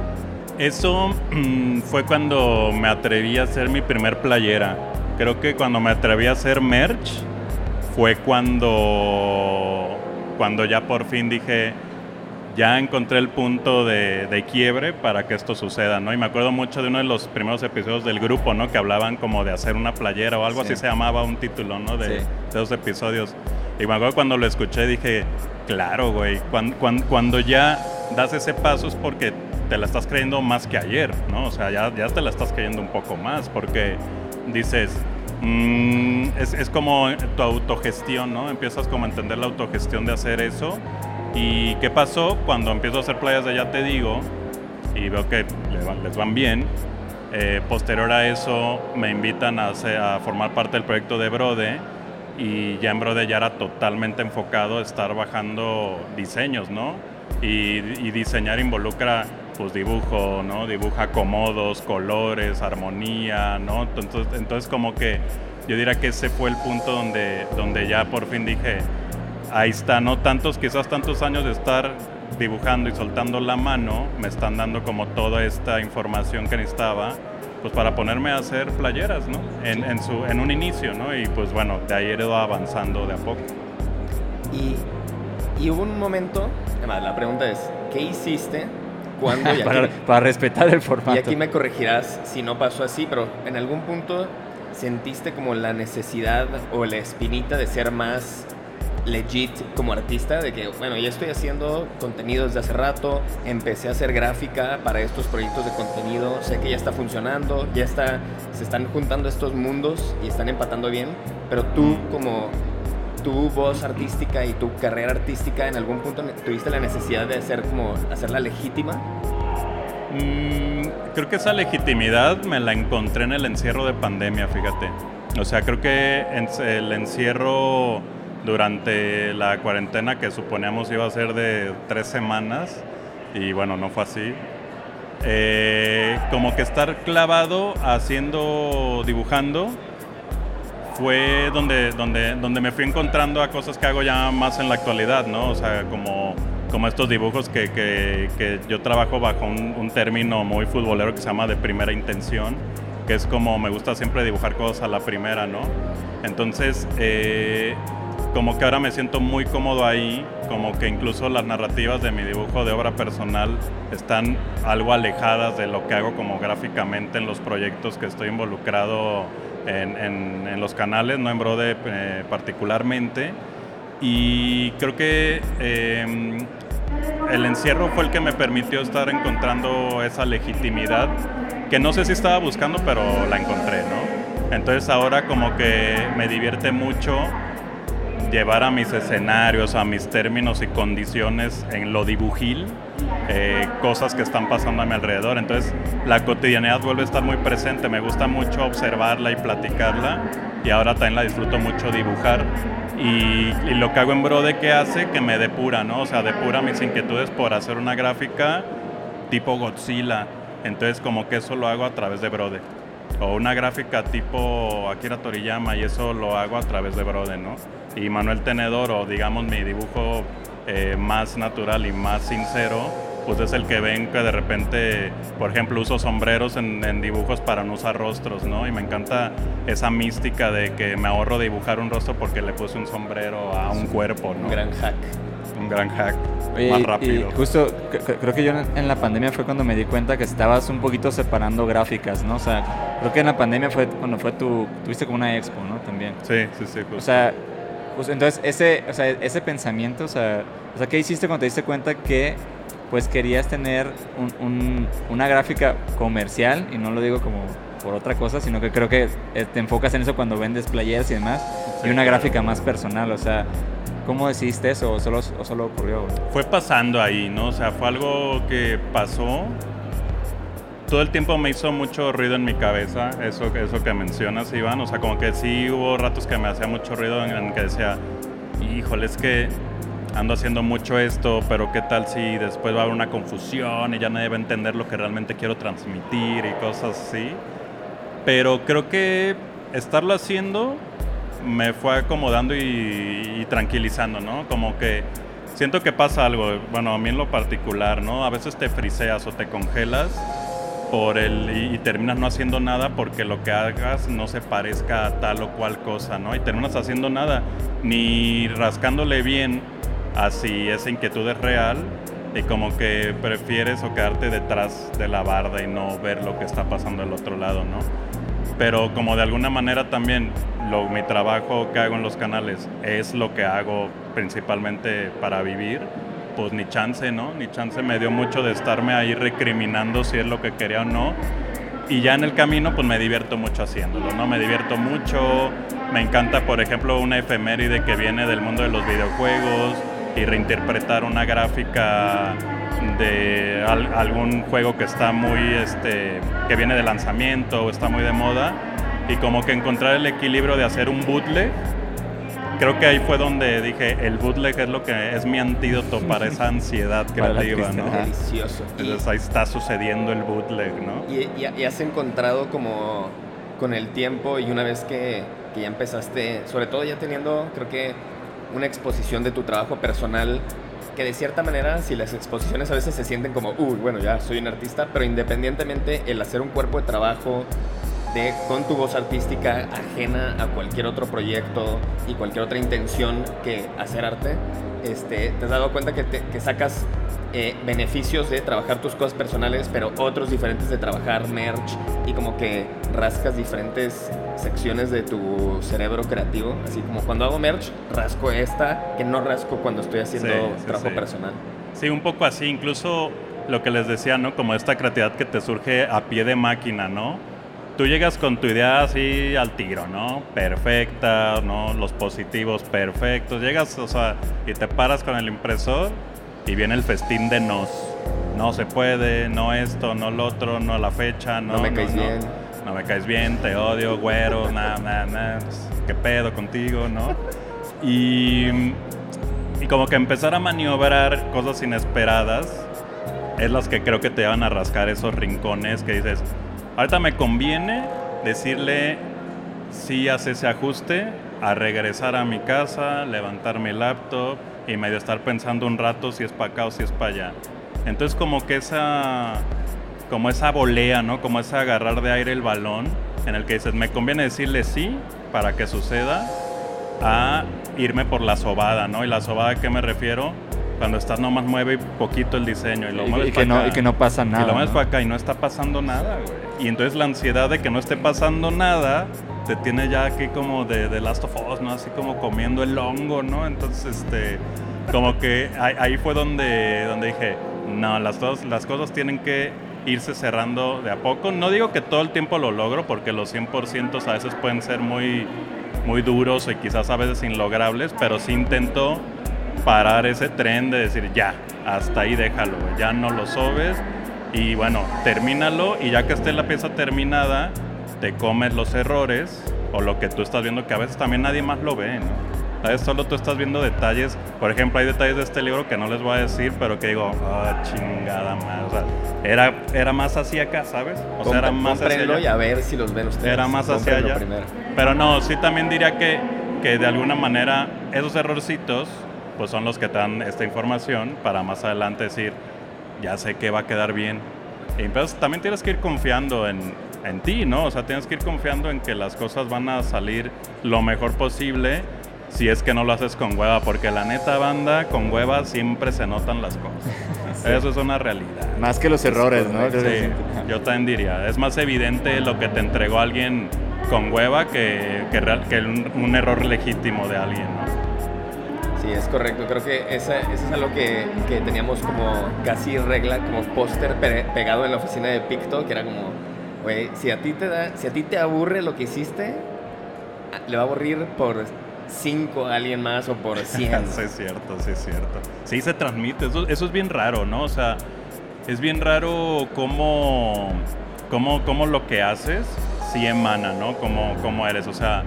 Eso fue cuando me atreví a hacer mi primer playera. Creo que cuando me atreví a hacer merch fue cuando ya por fin dije, ya encontré el punto de quiebre para que esto suceda, ¿no? Y me acuerdo mucho de uno de los primeros episodios del grupo, ¿no? Que hablaban como de hacer una playera o algo así se llamaba un título, ¿no? De esos episodios. Y me acuerdo cuando lo escuché dije, claro, güey, cuando ya das ese paso es porque te la estás creyendo más que ayer, ¿no? O sea, ya te la estás creyendo un poco más porque dices, es como tu autogestión, ¿no? Empiezas como a entender la autogestión de hacer eso. ¿Y qué pasó? Cuando empiezo a hacer playas de Ya Te Digo y veo que les van bien, posterior a eso me invitan a formar parte del proyecto de Brode, y ya en Brode ya era totalmente enfocado a estar bajando diseños, ¿no? Y diseñar involucra pues dibujo, ¿no? Dibuja acomodos, colores, armonía, ¿no? Entonces como que yo diría que ese fue el punto donde ya por fin dije, ahí está, no quizás tantos años de estar dibujando y soltando la mano, me están dando como toda esta información que necesitaba, pues para ponerme a hacer playeras, ¿no? En un inicio, ¿no? Y pues bueno, de ahí he ido avanzando de a poco. Y hubo un momento, además la pregunta es, ¿qué hiciste cuando? para respetar el formato. Y aquí me corregirás si no pasó así, pero en algún punto sentiste como la necesidad o la espinita de ser más legit como artista, de que bueno, ya estoy haciendo contenido desde hace rato, empecé a hacer gráfica para estos proyectos de contenido, sé que ya está funcionando, se están juntando estos mundos y están empatando bien, pero tú como tu voz artística y tu carrera artística, ¿en algún punto tuviste la necesidad de hacerla legítima? Creo que esa legitimidad me la encontré en el encierro de pandemia, fíjate. O sea, creo que el encierro durante la cuarentena, que suponíamos iba a ser de 3 semanas, y bueno, no fue así. Como que estar clavado dibujando, fue donde me fui encontrando a cosas que hago ya más en la actualidad, ¿no? O sea, como estos dibujos que yo trabajo bajo un término muy futbolero que se llama de primera intención, que es como me gusta siempre dibujar cosas a la primera, ¿no? Entonces, como que ahora me siento muy cómodo ahí, como que incluso las narrativas de mi dibujo de obra personal están algo alejadas de lo que hago como gráficamente en los proyectos que estoy involucrado en los canales, no en Brode particularmente. Y creo que el encierro fue el que me permitió estar encontrando esa legitimidad que no sé si estaba buscando, pero la encontré, ¿no? Entonces ahora como que me divierte mucho llevar a mis escenarios, a mis términos y condiciones en lo dibujil, cosas que están pasando a mi alrededor. Entonces la cotidianidad vuelve a estar muy presente, me gusta mucho observarla y platicarla, y ahora también la disfruto mucho dibujar. Y lo que hago en Brode, que hace que me depura, ¿no? O sea, depura mis inquietudes por hacer una gráfica tipo Godzilla. Entonces como que eso lo hago a través de Brode. O una gráfica tipo Akira Toriyama, y eso lo hago a través de Brode, ¿no? Y Manuel Tenedor, o digamos mi dibujo más natural y más sincero, pues es el que ven que de repente, por ejemplo, uso sombreros en dibujos para no usar rostros, ¿no? Y me encanta esa mística de que me ahorro dibujar un rostro porque le puse un sombrero a un cuerpo, ¿no? Un gran hack. Un gran hack. Oye, más rápido. Y justo creo que yo en la pandemia fue cuando me di cuenta que estabas un poquito separando gráficas, ¿no? O sea, creo que en la pandemia fue cuando tuviste como una expo, ¿no? También. Sí, justo. O sea, pues entonces ese pensamiento, o sea, ¿qué hiciste cuando te diste cuenta que pues querías tener una gráfica comercial? Y no lo digo como por otra cosa, sino que creo que te enfocas en eso cuando vendes playeras y demás, sí, y una gráfica más personal. O sea, ¿cómo decidiste eso? ¿O solo ocurrió? Fue pasando ahí, ¿no? O sea, fue algo que pasó. Todo el tiempo me hizo mucho ruido en mi cabeza, eso que mencionas, Iván. O sea, como que sí hubo ratos que me hacía mucho ruido en que decía, híjole, es que ando haciendo mucho esto, pero qué tal si después va a haber una confusión y ya nadie va a entender lo que realmente quiero transmitir y cosas así. Pero creo que estarlo haciendo me fue acomodando y tranquilizando, ¿no? Como que siento que pasa algo, bueno, a mí en lo particular, ¿no? A veces te friseas o te congelas y terminas no haciendo nada porque lo que hagas no se parezca a tal o cual cosa, ¿no? Y terminas haciendo nada, ni rascándole bien a si esa inquietud es real, y como que prefieres o quedarte detrás de la barda y no ver lo que está pasando del otro lado, ¿no? Pero como de alguna manera también mi trabajo que hago en los canales es lo que hago principalmente para vivir, pues ni chance, ¿no? Ni chance me dio mucho de estarme ahí recriminando si es lo que quería o no. Y ya en el camino pues me divierto mucho haciéndolo, ¿no? Me divierto mucho, me encanta, por ejemplo, una efeméride que viene del mundo de los videojuegos y reinterpretar una gráfica de algún juego que está muy, que viene de lanzamiento o está muy de moda, y como que encontrar el equilibrio de hacer un bootleg. Creo que ahí fue donde dije, el bootleg es lo que es mi antídoto para esa ansiedad creativa, ¿no? Delicioso. Entonces ahí está sucediendo el bootleg, ¿no? Y has encontrado como con el tiempo y una vez que ya empezaste, sobre todo ya teniendo, creo que una exposición de tu trabajo personal, que de cierta manera, si las exposiciones a veces se sienten como, bueno, ya soy un artista, pero independientemente el hacer un cuerpo de trabajo con tu voz artística ajena a cualquier otro proyecto y cualquier otra intención que hacer arte, te has dado cuenta que sacas beneficios de trabajar tus cosas personales, pero otros diferentes de trabajar merch, y como que rascas diferentes secciones de tu cerebro creativo, así como cuando hago merch, rasco esta que no rasco cuando estoy haciendo trabajo personal. Sí, un poco así, incluso lo que les decía, ¿no? Como esta creatividad que te surge a pie de máquina, ¿no? Tú llegas con tu idea así al tiro, ¿no? Perfecta, ¿no? Los positivos perfectos. Llegas, o sea, y te paras con el impresor y viene el festín de nos. No se puede, no esto, no lo otro, no la fecha, no me caes bien. No me caes bien, te odio, güero, nada, qué pedo contigo, ¿no? Y como que empezar a maniobrar cosas inesperadas es las que creo que te van a rascar esos rincones que dices, ahorita me conviene decirle sí, hace ese ajuste, a regresar a mi casa, levantar mi laptop y medio estar pensando un rato si es para acá o si es para allá. Entonces como que esa volea, ¿no? Como ese agarrar de aire el balón, en el que dices, me conviene decirle sí para que suceda, a irme por la sobada, ¿no? Y la sobada, ¿a qué me refiero? Cuando estás nomás mueve poquito el diseño y lo mueves para acá. Y que no pasa nada. Y lo mueves ¿no? para acá y no está pasando nada, güey. Y entonces la ansiedad de que no esté pasando nada te tiene ya aquí como de Last of Us, ¿no? Así como comiendo el hongo, ¿no? Entonces, como que ahí fue donde dije, no, las cosas tienen que irse cerrando de a poco. No digo que todo el tiempo lo logro, porque los 100% a veces pueden ser muy, muy duros y quizás a veces inlogrables, pero sí intento parar ese tren de decir, ya, hasta ahí déjalo, ya no lo sobes y bueno, termínalo, y ya que esté la pieza terminada, te comes los errores o lo que tú estás viendo, que a veces también nadie más lo ve, ¿no? A veces solo tú estás viendo detalles. Por ejemplo, hay detalles de este libro que no les voy a decir, pero que digo, chingada más. O sea, era más hacia acá, ¿sabes? O sea, era más hacia allá. Y a ver si los ven ustedes. Era más hacia allá. Primero. Pero no, sí también diría que de alguna manera esos errorcitos pues son los que te dan esta información para más adelante decir, ya sé que va a quedar bien. Y entonces también tienes que ir confiando en ti, ¿no? O sea, tienes que ir confiando en que las cosas van a salir lo mejor posible, si es que no lo haces con hueva, porque la neta, banda, con hueva siempre se notan las cosas. Sí. Eso es una realidad. Más que los errores, ¿no? Sí, yo también diría, es más evidente lo que te entregó alguien con hueva que un error legítimo de alguien, ¿no? Sí, es correcto. Creo que eso es algo que teníamos como casi regla, como póster pegado en la oficina de Picto, que era como, güey, si a ti te aburre lo que hiciste, le va a aburrir por 5 a alguien más o por 100. Sí, es cierto. Sí, se transmite. Eso es bien raro, ¿no? O sea, es bien raro cómo lo que haces sí emana, ¿no? Cómo eres. O sea,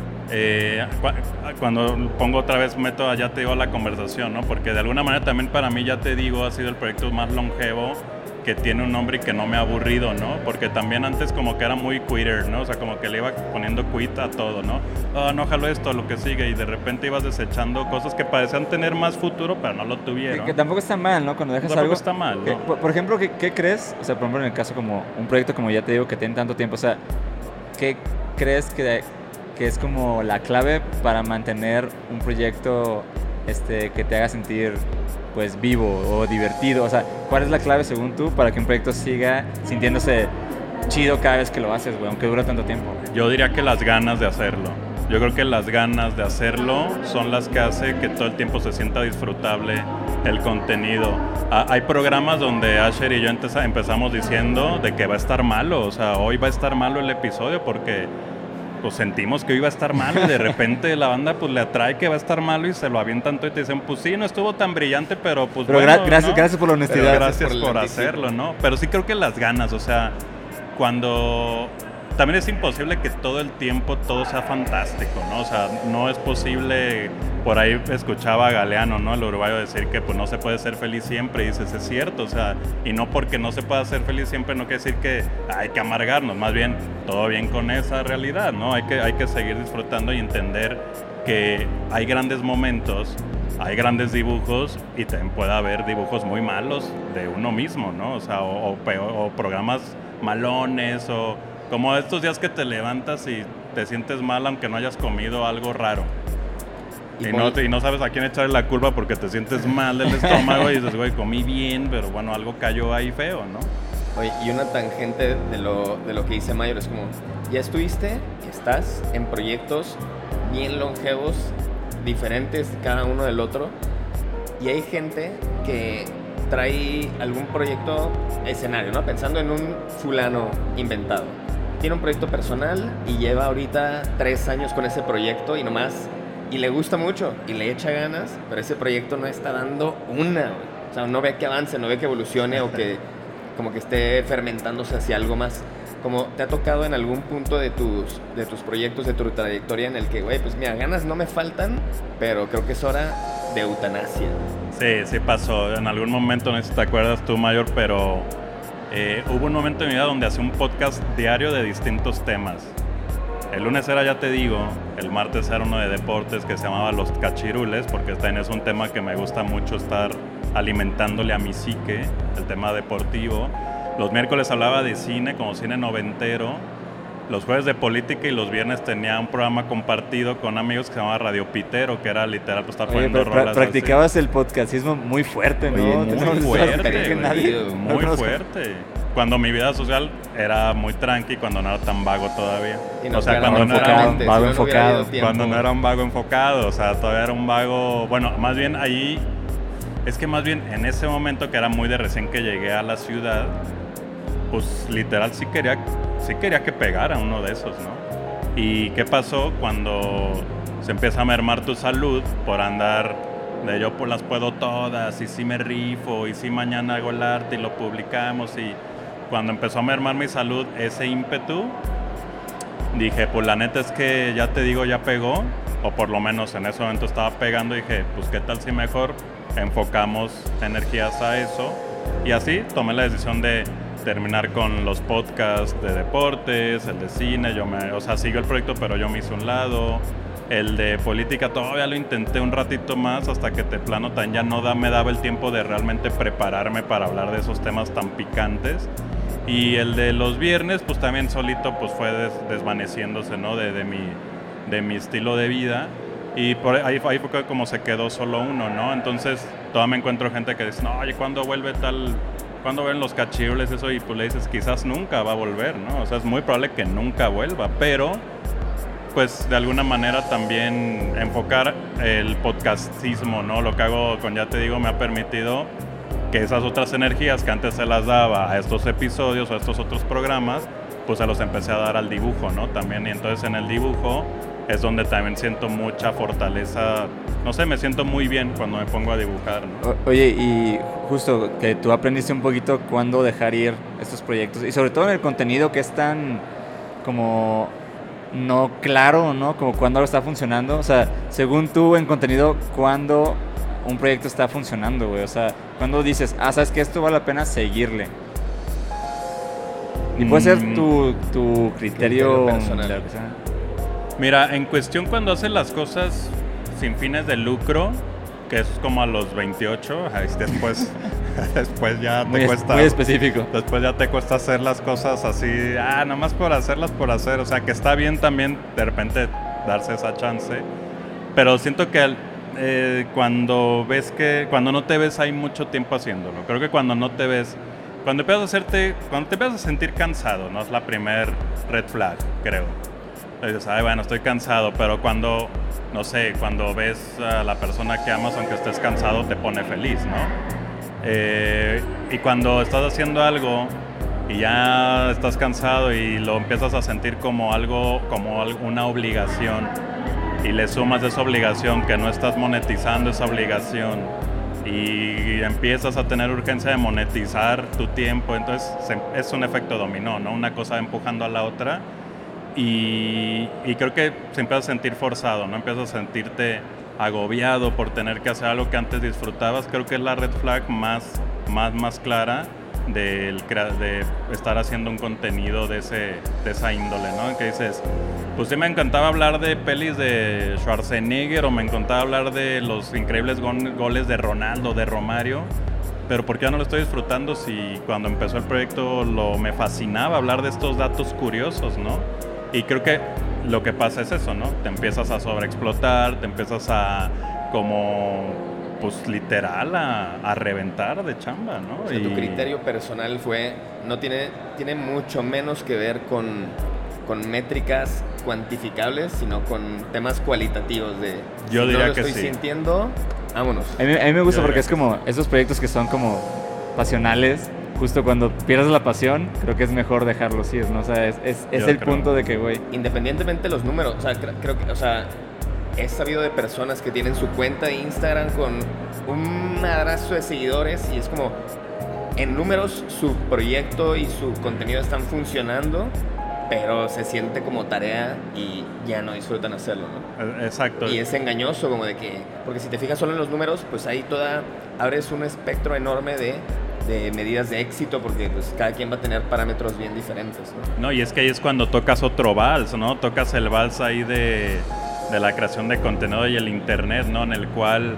cuando pongo otra vez, meto ya te digo la conversación, ¿no? Porque de alguna manera también para mí, ya te digo, ha sido el proyecto más longevo que tiene un nombre y que no me ha aburrido, ¿no? Porque también antes como que era muy quitter, ¿no? O sea, como que le iba poniendo quit a todo, ¿no? No jalo esto, lo que sigue, y de repente ibas desechando cosas que parecían tener más futuro, pero no lo tuvieron. Que tampoco está mal, ¿no? Cuando dejas tampoco algo... está mal, ¿no? Por ejemplo, ¿qué crees? O sea, por ejemplo, en el caso como un proyecto como ya te digo que tiene tanto tiempo, o sea, ¿qué crees que es como la clave para mantener un proyecto que te haga sentir pues vivo o divertido? O sea, ¿cuál es la clave según tú para que un proyecto siga sintiéndose chido cada vez que lo haces, güey, aunque dura tanto tiempo? Yo diría que las ganas de hacerlo. Yo creo que las ganas de hacerlo son las que hace que todo el tiempo se sienta disfrutable el contenido. Hay programas donde Asher y yo empezamos diciendo de que va a estar malo, o sea, hoy va a estar malo el episodio porque pues sentimos que iba a estar malo y de repente la banda pues le atrae que va a estar malo y se lo avientan todo y te dicen, pues sí, no estuvo tan brillante, pero pues pero bueno, gracias por la honestidad. Pero gracias por hacerlo, ¿no? Pero sí creo que las ganas, o sea, cuando... También es imposible que todo el tiempo todo sea fantástico, ¿no? O sea, no es posible... Por ahí escuchaba a Galeano, ¿no? El uruguayo decir que pues no se puede ser feliz siempre, y dices, es cierto, o sea, y no porque no se pueda ser feliz siempre no quiere decir que hay que amargarnos, más bien todo bien con esa realidad, ¿no? Hay que seguir disfrutando y entender que hay grandes momentos, hay grandes dibujos y también puede haber dibujos muy malos de uno mismo, ¿no? O sea, o programas malones, o como estos días que te levantas y te sientes mal aunque no hayas comido algo raro. Y no sabes a quién echarle la culpa porque te sientes mal del estómago y dices, güey, comí bien, pero bueno, algo cayó ahí feo, ¿no? Oye, y una tangente de lo que dice Mayor es como, ya estás en proyectos bien longevos, diferentes cada uno del otro, y hay gente que trae algún proyecto escenario, ¿no? Pensando en un fulano inventado. Tiene un proyecto personal y lleva ahorita 3 años con ese proyecto y nomás... Y le gusta mucho y le echa ganas, pero ese proyecto no está dando una. O sea, no ve que avance, no ve que evolucione o que como que esté fermentándose hacia algo más. Como te ha tocado en algún punto de tus proyectos, de tu trayectoria en el que, güey, pues mira, ganas no me faltan, pero creo que es hora de eutanasia. Sí pasó. En algún momento, no sé si te acuerdas tú, Mayor, pero hubo un momento en mi vida donde hacía un podcast diario de distintos temas. El lunes era Ya Te Digo, el martes era uno de deportes que se llamaba Los Cachirules, porque también es un tema que me gusta mucho estar alimentándole a mi psique, el tema deportivo. Los miércoles hablaba de cine, como cine noventero. Los jueves de política, y los viernes tenía un programa compartido con amigos que se llamaba Radio Pitero, que era literal, pues estar poniendo rolas. Practicabas así. El podcastismo muy fuerte, ¿no? Oye, muy fuerte. cuando mi vida social era muy tranqui, cuando no era tan vago todavía. Y O sea, claro, cuando no era claramente, vago si no, no hubiera enfocado. habido tiempo. Cuando no era un vago enfocado, o sea, todavía era un vago, bueno, más bien ahí, es que más bien en ese momento que era muy de recién que llegué a la ciudad, pues literal sí quería que pegara uno de esos, ¿no? ¿Y qué pasó cuando se empieza a mermar tu salud por andar de yo pues las puedo todas y sí me rifo y sí mañana hago el arte y lo publicamos? Y cuando empezó a mermar mi salud, ese ímpetu, dije, pues la neta es que ya te digo, ya pegó, o por lo menos en ese momento estaba pegando, y dije, pues qué tal si mejor enfocamos energías a eso. Y así tomé la decisión de terminar con los podcasts de deportes, el de cine, o sea, siguió el proyecto, pero yo me hice un lado. El de política todavía lo intenté un ratito más hasta que de plano también ya no me daba el tiempo de realmente prepararme para hablar de esos temas tan picantes. Y el de los viernes, pues también solito pues fue desvaneciéndose, ¿no? de mi estilo de vida. Y ahí fue como se quedó solo uno, ¿no? Entonces todavía me encuentro gente que dice, no, oye, ¿cuándo vuelve tal? ¿Cuándo ven los cachirules eso? Y pues le dices, quizás nunca va a volver, ¿no? O sea, es muy probable que nunca vuelva, pero pues de alguna manera también enfocar el podcastismo, ¿no? Lo que hago con Ya Te Digo me ha permitido que esas otras energías que antes se las daba a estos episodios o a estos otros programas, pues se los empecé a dar al dibujo, ¿no? También, y entonces en el dibujo es donde también siento mucha fortaleza, no sé, me siento muy bien cuando me pongo a dibujar, ¿no? Oye, y justo que tú aprendiste un poquito cuándo dejar ir estos proyectos, y sobre todo en el contenido que es tan como no claro, ¿no? Como cuándo algo está funcionando. O sea, según tú en contenido, ¿cuándo un proyecto está funcionando, güey? O sea, ¿cuándo dices, sabes que esto vale la pena seguirle? Y puede ser tu criterio personal. de lo que sea. Mira, en cuestión cuando haces las cosas sin fines de lucro, que es como a los 28, después ya te cuesta... Muy específico. Después ya te cuesta hacer las cosas así, nomás por hacerlas por hacer. O sea, que está bien también de repente darse esa chance. Pero siento que cuando no te ves hay mucho tiempo haciéndolo. Creo que cuando no te ves, cuando te empiezas a sentir cansado, ¿no? Es la primer red flag, creo. Dices, bueno, estoy cansado, pero cuando, no sé, cuando ves a la persona que amas, aunque estés cansado, te pone feliz, ¿no? Y cuando estás haciendo algo y ya estás cansado y lo empiezas a sentir como una obligación, y le sumas esa obligación que no estás monetizando esa obligación y empiezas a tener urgencia de monetizar tu tiempo, entonces es un efecto dominó, ¿no? Una cosa empujando a la otra. Y creo que se empieza a sentir forzado, ¿no? Empiezas a sentirte agobiado por tener que hacer algo que antes disfrutabas. Creo que es la red flag más clara de estar haciendo un contenido de esa índole, ¿no? Que dices, pues sí me encantaba hablar de pelis de Schwarzenegger, o me encantaba hablar de los increíbles goles de Ronaldo, de Romario, pero ¿por qué ya no lo estoy disfrutando si cuando empezó el proyecto me fascinaba hablar de estos datos curiosos, ¿no? Y creo que lo que pasa es eso, ¿no? Te empiezas a sobreexplotar, te empiezas a como, pues literal, a reventar de chamba, ¿no? O sea, tu criterio personal tiene mucho menos que ver con métricas cuantificables, sino con temas cualitativos de... Yo diría no que lo estoy sí. sintiendo, vámonos. A mí me gusta Yo porque diría es como esos proyectos que son como pasionales. Justo cuando pierdes la pasión, creo que es mejor dejarlos ir, ¿no? O sea, es el punto de que, güey... Independientemente de los números, o sea, creo que, o sea, he sabido de personas que tienen su cuenta de Instagram con un madrazo de seguidores y es como, en números su proyecto y su contenido están funcionando, pero se siente como tarea y ya no disfrutan hacerlo, ¿no? Exacto. Y es engañoso como de que, porque si te fijas solo en los números, pues ahí abres un espectro enorme de medidas de éxito, porque pues cada quien va a tener parámetros bien diferentes, ¿no? No, y es que ahí es cuando tocas otro vals, ¿no? Tocas el vals ahí de la creación de contenido y el internet, ¿no? En el cual,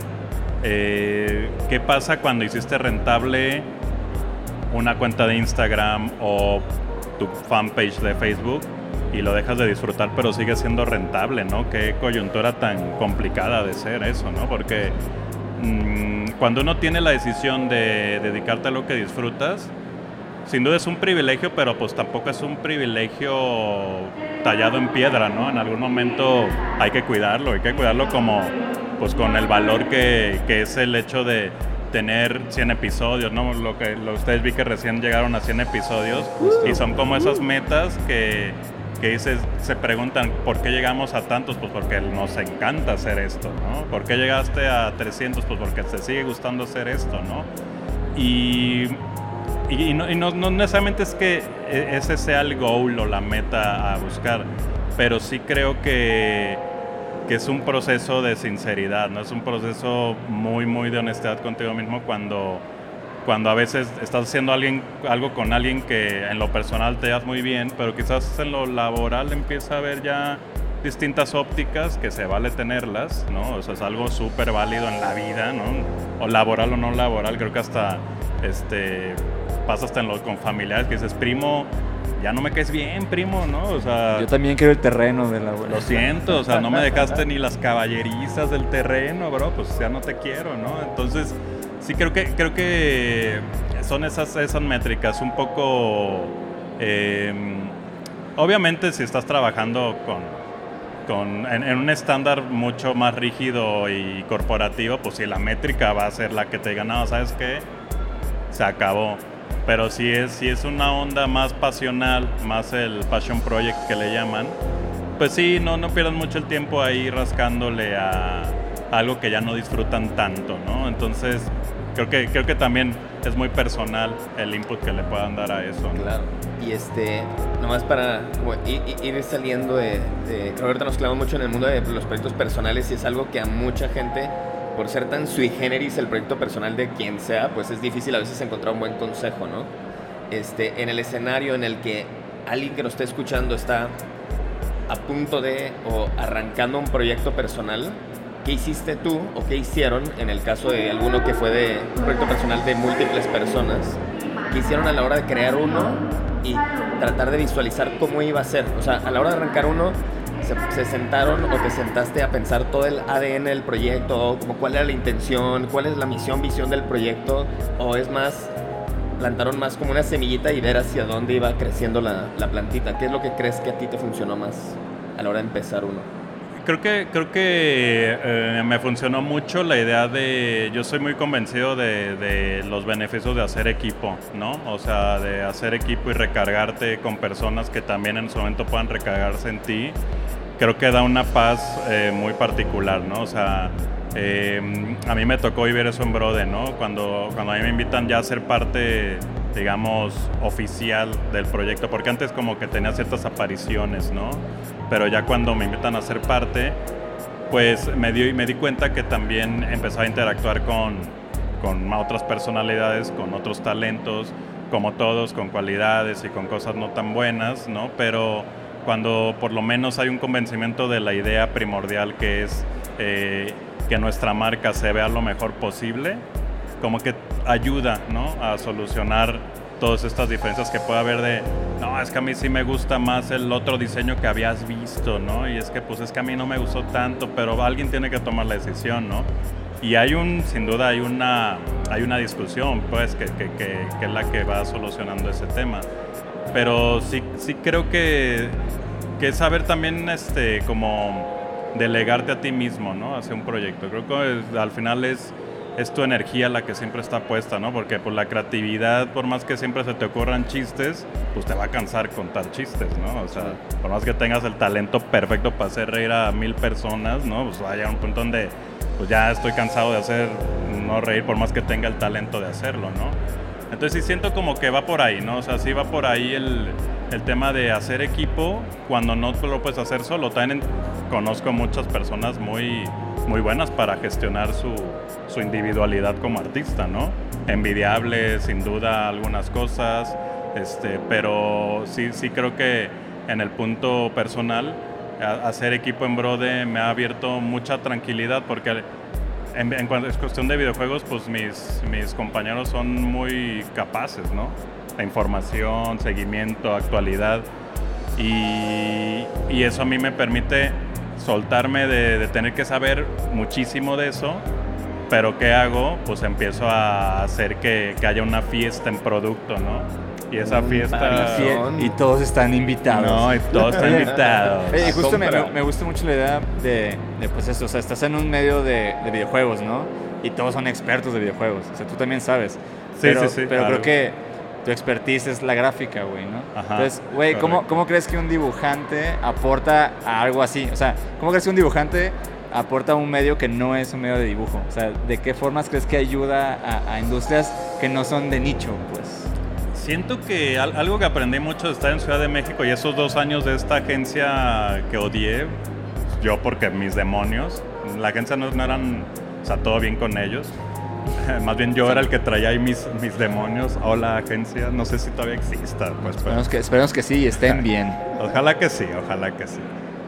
¿qué pasa cuando hiciste rentable una cuenta de Instagram o tu fanpage de Facebook y lo dejas de disfrutar, pero sigue siendo rentable, ¿no? Qué coyuntura tan complicada de ser eso, ¿no? Porque cuando uno tiene la decisión de dedicarte a lo que disfrutas, sin duda es un privilegio, pero pues tampoco es un privilegio tallado en piedra, ¿no? En algún momento hay que cuidarlo como, pues con el valor que es el hecho de tener 100 episodios, ¿no? Ustedes vi que recién llegaron a 100 episodios y son como esas metas que se preguntan ¿por qué llegamos a tantos? Pues porque nos encanta hacer esto, ¿no? ¿Por qué llegaste a 300? Pues porque te sigue gustando hacer esto, ¿no? Y no necesariamente es que ese sea el goal o la meta a buscar, pero sí creo que es un proceso de sinceridad, ¿no? Es un proceso muy, muy de honestidad contigo mismo cuando a veces estás haciendo algo con alguien que en lo personal te llevas muy bien, pero quizás en lo laboral empieza a haber ya distintas ópticas que se vale tenerlas, ¿no? O sea, es algo súper válido en la vida, ¿no? O laboral o no laboral, creo que hasta pasa hasta con familiares que dices, primo, ya no me caes bien, primo, ¿no? O sea, yo también quiero el terreno de la abuela. Lo siento, o sea, no me dejaste ni las caballerizas del terreno, bro, pues ya no te quiero, ¿no? Entonces, sí creo que son esas métricas un poco, obviamente si estás trabajando en un estándar mucho más rígido y corporativo, pues si la métrica va a ser la que te diga, no, ¿sabes qué? Se acabó. Pero si es una onda más pasional, más el passion project que le llaman, pues sí, no pierdan mucho el tiempo ahí rascándole a algo que ya no disfrutan tanto, ¿no? Entonces, creo que también es muy personal el input que le puedan dar a eso, ¿no? Claro. Y nomás para como ir saliendo Roberto, nos clavamos mucho en el mundo de los proyectos personales y es algo que a mucha gente, por ser tan sui generis el proyecto personal de quien sea, pues es difícil a veces encontrar un buen consejo, ¿no? En el escenario en el que alguien que nos esté escuchando está a punto de o arrancando un proyecto personal, ¿qué hiciste tú o qué hicieron en el caso de alguno que fue de un proyecto personal de múltiples personas? ¿Qué hicieron a la hora de crear uno y tratar de visualizar cómo iba a ser? O sea, a la hora de arrancar uno, ¿se sentaron o te sentaste a pensar todo el ADN del proyecto? Como cuál era la intención, cuál es la misión, visión del proyecto, o es más, plantaron más como una semillita y ver hacia dónde iba creciendo la plantita? ¿Qué es lo que crees que a ti te funcionó más a la hora de empezar uno? Creo que me funcionó mucho la idea de, yo soy muy convencido de los beneficios de hacer equipo, ¿no? O sea, de hacer equipo y recargarte con personas que también en su momento puedan recargarse en ti. Creo que da una paz muy particular, ¿no? O sea, a mí me tocó vivir eso en Brode, ¿no? Cuando a mí me invitan ya a ser parte, digamos, oficial del proyecto, porque antes como que tenía ciertas apariciones, ¿no? Pero ya cuando me invitan a ser parte, pues me di cuenta que también empezaba a interactuar con otras personalidades, con otros talentos, como todos, con cualidades y con cosas no tan buenas, ¿no? Pero cuando por lo menos hay un convencimiento de la idea primordial que es que nuestra marca se vea lo mejor posible, como que ayuda, ¿no? A solucionar todas estas diferencias que puede haber de, no, es que a mí sí me gusta más el otro diseño que habías visto, ¿no? Y es que pues es que a mí no me gustó tanto, pero alguien tiene que tomar la decisión, ¿no? Y sin duda hay una discusión, pues, que es la que va solucionando ese tema. Pero sí creo que es saber también como delegarte a ti mismo, ¿no? Hacia un proyecto. Creo que al final es tu energía la que siempre está puesta, ¿no? Porque pues la creatividad, por más que siempre se te ocurran chistes, pues te va a cansar contar chistes, ¿no? O sea, por más que tengas el talento perfecto para hacer reír a 1000 personas, ¿no? Pues va a llegar un punto donde pues ya estoy cansado de no reír por más que tenga el talento de hacerlo, ¿no? Entonces sí siento como que va por ahí, ¿no? O sea, sí va por ahí el tema de hacer equipo cuando no lo puedes hacer solo. También conozco muchas personas muy, muy buenas para gestionar su individualidad como artista, ¿no? Envidiable, sin duda, algunas cosas, pero sí creo que en el punto personal, hacer equipo en Brode me ha abierto mucha tranquilidad porque en cuanto es cuestión de videojuegos, pues mis compañeros son muy capaces, ¿no? La información, seguimiento, actualidad, y eso a mí me permite soltarme de tener que saber muchísimo de eso, pero ¿qué hago? Pues empiezo a hacer que haya una fiesta en producto, ¿no? Y esa fiesta... Y todos están invitados. No, y todos están invitados. Y justo Compra. me gusta mucho la idea de pues eso, o sea, estás en un medio de videojuegos, ¿no? Y todos son expertos de videojuegos, o sea, tú también sabes. Sí, Pero claro. creo que tu expertise es la gráfica, güey, ¿no? Ajá, Entonces, güey, ¿cómo crees que un dibujante aporta a algo así? O sea, ¿cómo crees que un dibujante aporta a un medio que no es un medio de dibujo? O sea, ¿de qué formas crees que ayuda a industrias que no son de nicho, pues? Siento que algo que aprendí mucho de estar en Ciudad de México y esos 2 años de esta agencia que odié, yo porque mis demonios, la agencia no eran, o sea, todo bien con ellos. Más bien yo era el que traía ahí mis demonios. Hola, agencia, no sé si todavía exista, pues. Esperemos que sí y estén bien. Ojalá que sí, ojalá que sí.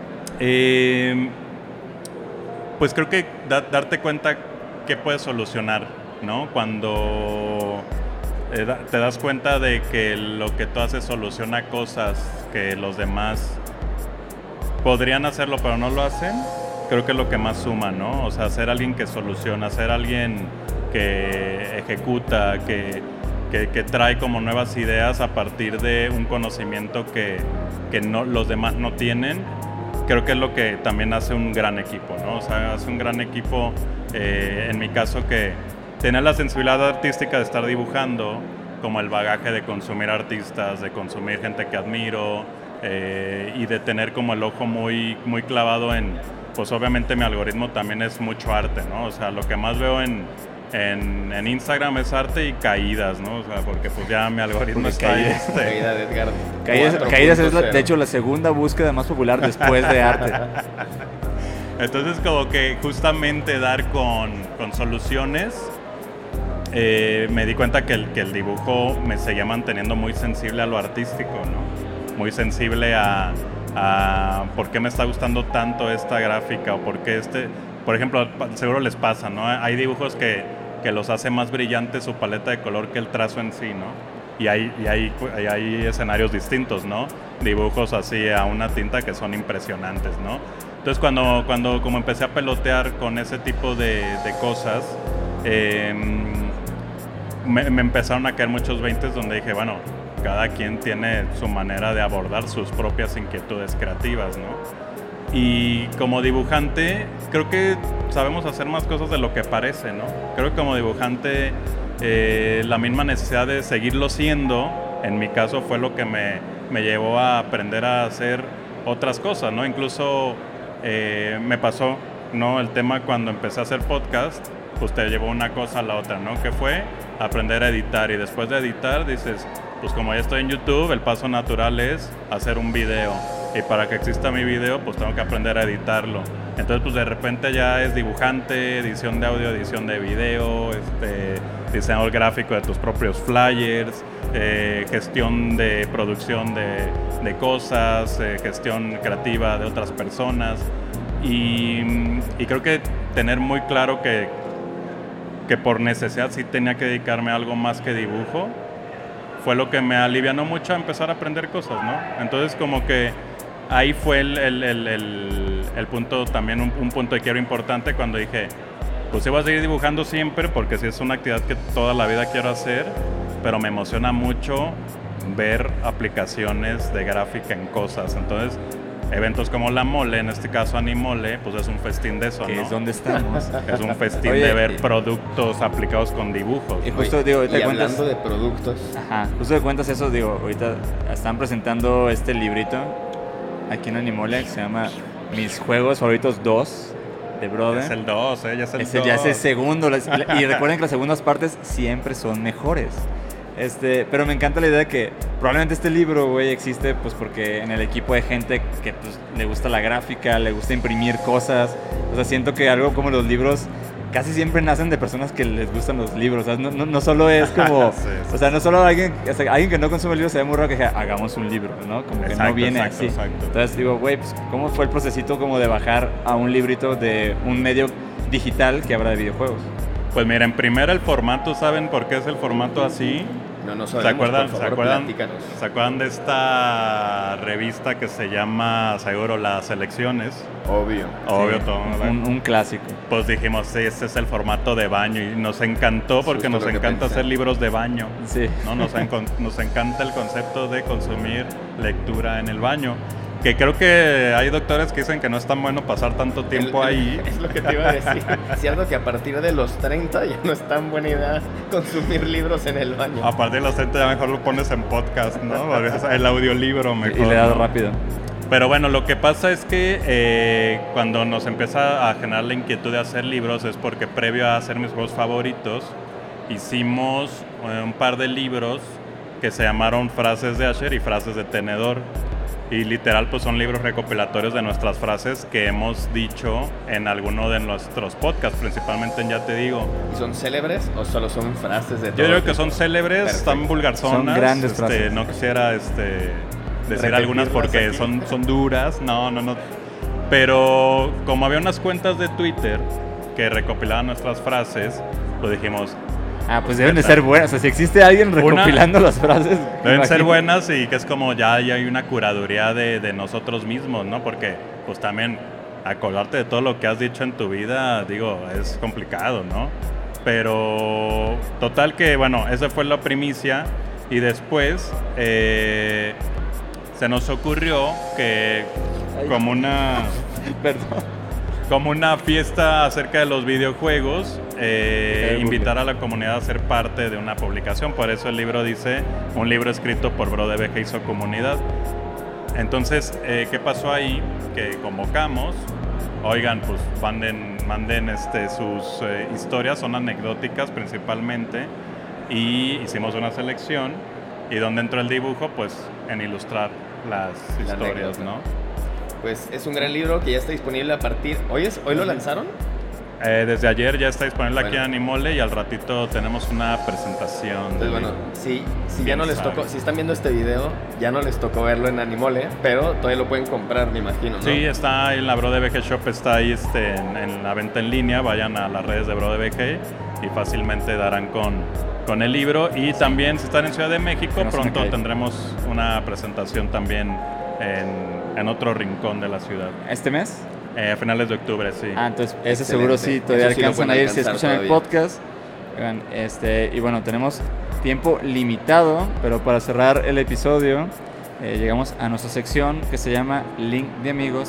Pues creo que darte cuenta qué puedes solucionar, ¿no? Cuando te das cuenta de que lo que tú haces soluciona cosas que los demás podrían hacerlo pero no lo hacen, creo que es lo que más suma, ¿no? O sea, ser alguien que soluciona, ser alguien que ejecuta, que trae como nuevas ideas a partir de un conocimiento que no, los demás no tienen, creo que es lo que también hace un gran equipo, ¿no? O sea, hace un gran equipo, en mi caso, que tener la sensibilidad artística de estar dibujando, como el bagaje de consumir artistas, de consumir gente que admiro, y de tener como el ojo muy, muy clavado en, pues obviamente mi algoritmo también es mucho arte, ¿no? O sea, lo que más veo en Instagram es arte y caídas, ¿no? O sea, porque pues ya mi algoritmo está ahí. Caída de Edgar. Caídas es, de hecho, la segunda búsqueda más popular después de arte. Entonces, como que justamente dar con soluciones, me di cuenta que el dibujo me seguía manteniendo muy sensible a lo artístico, ¿no? Muy sensible a por qué me está gustando tanto esta gráfica o por qué por ejemplo, seguro les pasa, ¿no? Hay dibujos que los hace más brillantes su paleta de color que el trazo en sí, ¿no? Y hay escenarios distintos, ¿no? Dibujos así a una tinta que son impresionantes, ¿no? Entonces, cuando como empecé a pelotear con ese tipo de cosas, me empezaron a caer muchos 20s donde dije, bueno, cada quien tiene su manera de abordar sus propias inquietudes creativas, ¿no? Y como dibujante, creo que sabemos hacer más cosas de lo que parece, ¿no? Creo que como dibujante, la misma necesidad de seguirlo siendo, en mi caso, fue lo que me llevó a aprender a hacer otras cosas, ¿no? Incluso me pasó, ¿no? El tema cuando empecé a hacer podcast, pues te llevó una cosa a la otra, ¿no? Que fue aprender a editar, y después de editar dices, pues como ya estoy en YouTube, el paso natural es hacer un video. Y para que exista mi video, pues tengo que aprender a editarlo. Entonces, pues de repente ya es dibujante, edición de audio, edición de video, diseñador gráfico de tus propios flyers, gestión de producción de cosas, gestión creativa de otras personas. Y creo que tener muy claro que por necesidad sí tenía que dedicarme a algo más que dibujo, fue lo que me alivianó mucho a empezar a aprender cosas, ¿no? Entonces, como que ahí fue el punto también, un punto de quiero importante cuando dije, pues sí voy a seguir dibujando siempre porque sí es una actividad que toda la vida quiero hacer, pero me emociona mucho ver aplicaciones de gráfica en cosas. Entonces, eventos como La Mole, en este caso Animole, pues es un festín de eso, ¿no? Que es donde estamos. Es un festín de ver productos aplicados con dibujos. Y justo, digo, y hablando de productos. Ajá, justo te cuentas eso, digo, ahorita están presentando este librito aquí en Animole que se llama Mis Juegos Favoritos 2 de Brode. Es el 2, ya es el 2. Ya es el segundo. Y recuerden que las segundas partes siempre son mejores. Pero me encanta la idea de que probablemente este libro, güey, existe pues porque en el equipo hay gente que pues, le gusta la gráfica, le gusta imprimir cosas. O sea, siento que algo como los libros casi siempre nacen de personas que les gustan los libros. O sea, no solo es como... Sí. O sea, no solo alguien que no consume libros se ve muy raro que diga, hagamos un libro, ¿no? Como que no viene así. Exacto. Entonces digo, güey, pues ¿cómo fue el procesito como de bajar a un librito de un medio digital que habla de videojuegos? Pues mira, en primera el formato, ¿saben por qué es el formato así? No ¿Se sabemos, acuerdan, por favor, platícanos. ¿Se acuerdan de esta revista que se llama, seguro, Las Elecciones? Obvio. Obvio, Sí, todo. un clásico. Pues dijimos, sí, este es el formato de baño y nos encantó porque Justo nos lo que encanta pensé. hacer libros de baño. Sí. ¿No? Nos encanta el concepto de consumir lectura en el baño. Que creo que hay doctores que dicen que no es tan bueno pasar tanto tiempo ahí. Es lo que te iba a decir. Cierto que a partir de los 30 ya no es tan buena idea consumir libros en el baño. A partir de los 30 ya mejor lo pones en podcast, ¿no? El audiolibro mejor. Y le das ¿no? rápido. Pero bueno, lo que pasa es que cuando nos empieza a generar la inquietud de hacer libros es porque previo a hacer mis juegos favoritos hicimos un par de libros que se llamaron Frases de Asher y Frases de Tenedor. Y literal pues son libros recopilatorios de nuestras frases que hemos dicho en alguno de nuestros podcasts, principalmente en Ya Te Digo. ¿Y son célebres o solo son frases de todo? Yo creo que tipo? son célebres, Perfecto. están vulgarzonas. Son grandes frases. No quisiera decir Repetirlas algunas porque aquí. son duras. No. Pero como había unas cuentas de Twitter que recopilaban nuestras frases, pues dijimos, Ah, pues deben de ser buenas. O sea, si existe alguien recopilando las frases. deben ser imagínate. buenas y que es como ya hay una curaduría de nosotros mismos, ¿no? Porque pues también acordarte de todo lo que has dicho en tu vida, digo, es complicado, ¿no? Pero total que, bueno, esa fue la primicia y después se nos ocurrió que como una... Perdón. Como una fiesta acerca de los videojuegos, invitar a la comunidad a ser parte de una publicación. Por eso el libro dice, un libro escrito por Bro de BG hizo comunidad. Entonces, ¿qué pasó ahí? Que convocamos, oigan, pues manden sus historias, son anecdóticas principalmente, y hicimos una selección, y donde entró el dibujo, pues en ilustrar las La historias, anécdota. ¿no? Pues es un gran libro que ya está disponible a partir... ¿Hoy lo lanzaron? Desde ayer ya está disponible aquí en Bueno. Animole y al ratito tenemos una presentación. Entonces, bueno, si ya no les sabe. tocó, si están viendo este video, ya no les tocó verlo en Animole, pero todavía lo pueden comprar, me imagino, ¿no? Sí, está ahí en la Bro de BG Shop, está ahí en la venta en línea. Vayan a las redes de Bro de BG y fácilmente darán con el libro. Y también, si están en Ciudad de México, Que no se me pronto cae. tendremos una presentación también en otro rincón de la ciudad. ¿Este mes? A finales de octubre, sí. Ah, entonces ese Excelente. seguro sí, todavía Eso sí lo alcanzan a pueden ir si alcanzar escuchan el todavía. podcast. Oigan, y bueno, tenemos tiempo limitado, pero para cerrar el episodio, llegamos a nuestra sección que se llama Link de Amigos.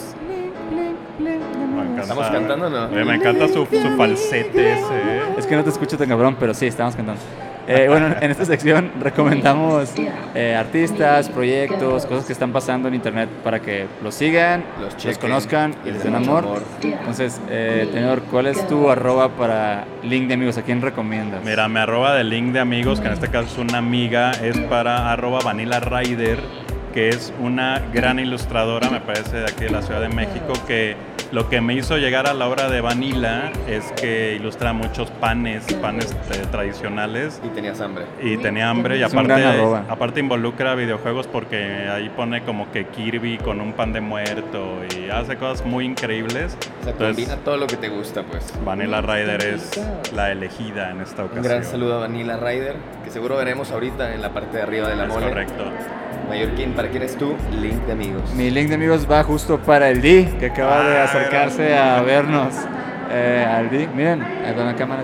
Me encanta. ¿Estamos cantando o no? Me encanta su falsete ese. Es que no te escucho tan cabrón, pero sí, estamos cantando. Bueno, en esta sección recomendamos artistas, proyectos, cosas que están pasando en internet para que los sigan, Los los chequen conozcan y y les les den den amor. amor. Entonces, Tenedor, ¿cuál es tu arroba para Link de Amigos? ¿A quién recomiendas? Mira, mi arroba de Link de Amigos, que en este caso es una amiga, es para arroba Vanilla Rider, que es una gran ilustradora, me parece, de aquí de la Ciudad de México, que lo que me hizo llegar a la obra de Vanilla es que ilustra muchos panes tradicionales. Y tenías hambre. Y tenía hambre y Es un gran arroba. aparte involucra videojuegos porque ahí pone como que Kirby con un pan de muerto y hace cosas muy increíbles. O sea, combina todo lo que te gusta, pues. Vanilla Rider es la elegida en esta ocasión. Un gran saludo a Vanilla Rider, que seguro veremos ahorita en la parte de arriba de la Es mole. correcto. Mallorquín, ¿para quién es tu Link de Amigos? Mi Link de Amigos va justo para el Di, que acaba de acercarse a vernos. Al Di, miren, con la cámara.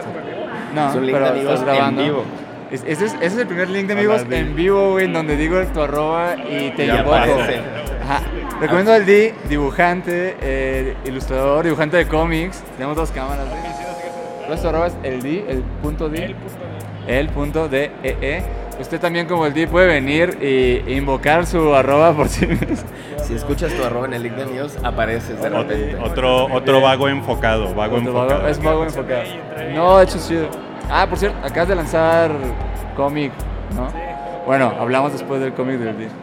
No, Es un link pero de amigos estás grabando. en vivo. Ese es el primer link de Hola, amigos Di. en vivo, güey, en donde digo tu arroba y te Y invoco. aparece. Ajá. Recomiendo al Di, dibujante, ilustrador, dibujante de cómics. Tenemos dos cámaras, güey. Nuestro arroba es el Di, el punto Di. El punto DEE. Usted también, como el Di, puede venir e invocar su arroba por sí mismo. Si escuchas tu arroba en el Link de Amigos, apareces de repente. Otro vago enfocado, Es vago enfocado. No, de hecho sí. Ah, por cierto, acabas de lanzar cómic, ¿no? Bueno, hablamos después del cómic del Di.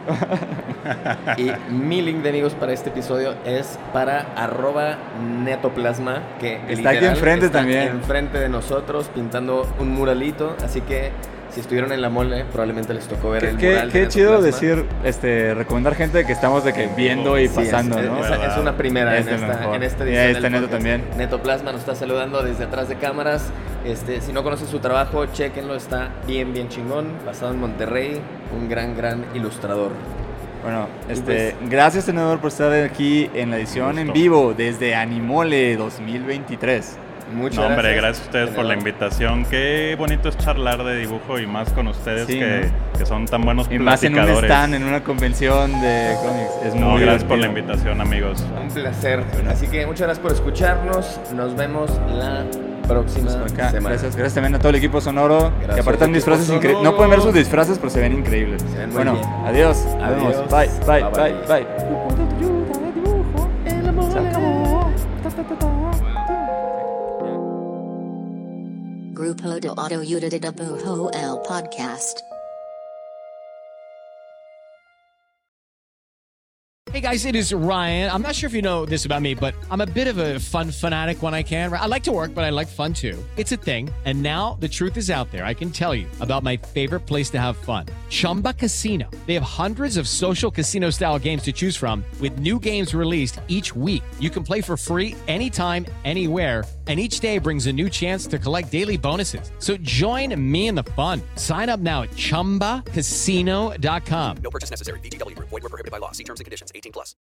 Y mi link de amigos para este episodio es para arroba netoplasma, que Está aquí literal enfrente está también. enfrente de nosotros pintando un muralito, así que si estuvieron en la mole probablemente les tocó ver el mural de Qué chido Netoplasma. decir, recomendar gente que estamos de que viendo y Sí, pasando, es, ¿no? es una primera Es en de esta mejor. edición Y ahí del está Neto podcast. también. Netoplasma nos está saludando desde atrás de cámaras. Si no conocen su trabajo, chéquenlo, está bien, bien chingón. Basado en Monterrey, un gran, gran ilustrador. Bueno, pues, gracias, Tenedor, por estar aquí en la edición en vivo desde Animole 2023. Muchas No, hombre, gracias. gracias a ustedes por la invitación. Qué bonito es charlar de dibujo y más con ustedes Sí, que son tan buenos Y más en un platicadores. stand, en una convención de cómics. Es No, muy gracias por la divertido. invitación, amigos. Un placer. Así que muchas gracias por escucharnos. Nos vemos la próxima Por acá. semana. Gracias también a todo el equipo sonoro. Gracias, Que apartan equipo disfraces increíbles. sonoro. No pueden ver sus disfraces, pero se ven increíbles. Se ven muy Bueno, bien. adiós. Nos vemos. Adiós. Bye, bye, Bye, bye, bye. bye. Se acabó. Grupo de Autoayuda de Dibujo el Podcast. Hey guys, it is Ryan. I'm not sure if you know this about me, but I'm a bit of a fun fanatic when I can. I like to work, but I like fun too. It's a thing. And now the truth is out there. I can tell you about my favorite place to have fun. Chumba Casino. They have hundreds of social casino style games to choose from with new games released each week. You can play for free anytime, anywhere. And each day brings a new chance to collect daily bonuses. So join me in the fun. Sign up now at ChumbaCasino.com. No purchase necessary. VGW Group. Void where prohibited by law. See terms and conditions. 18+.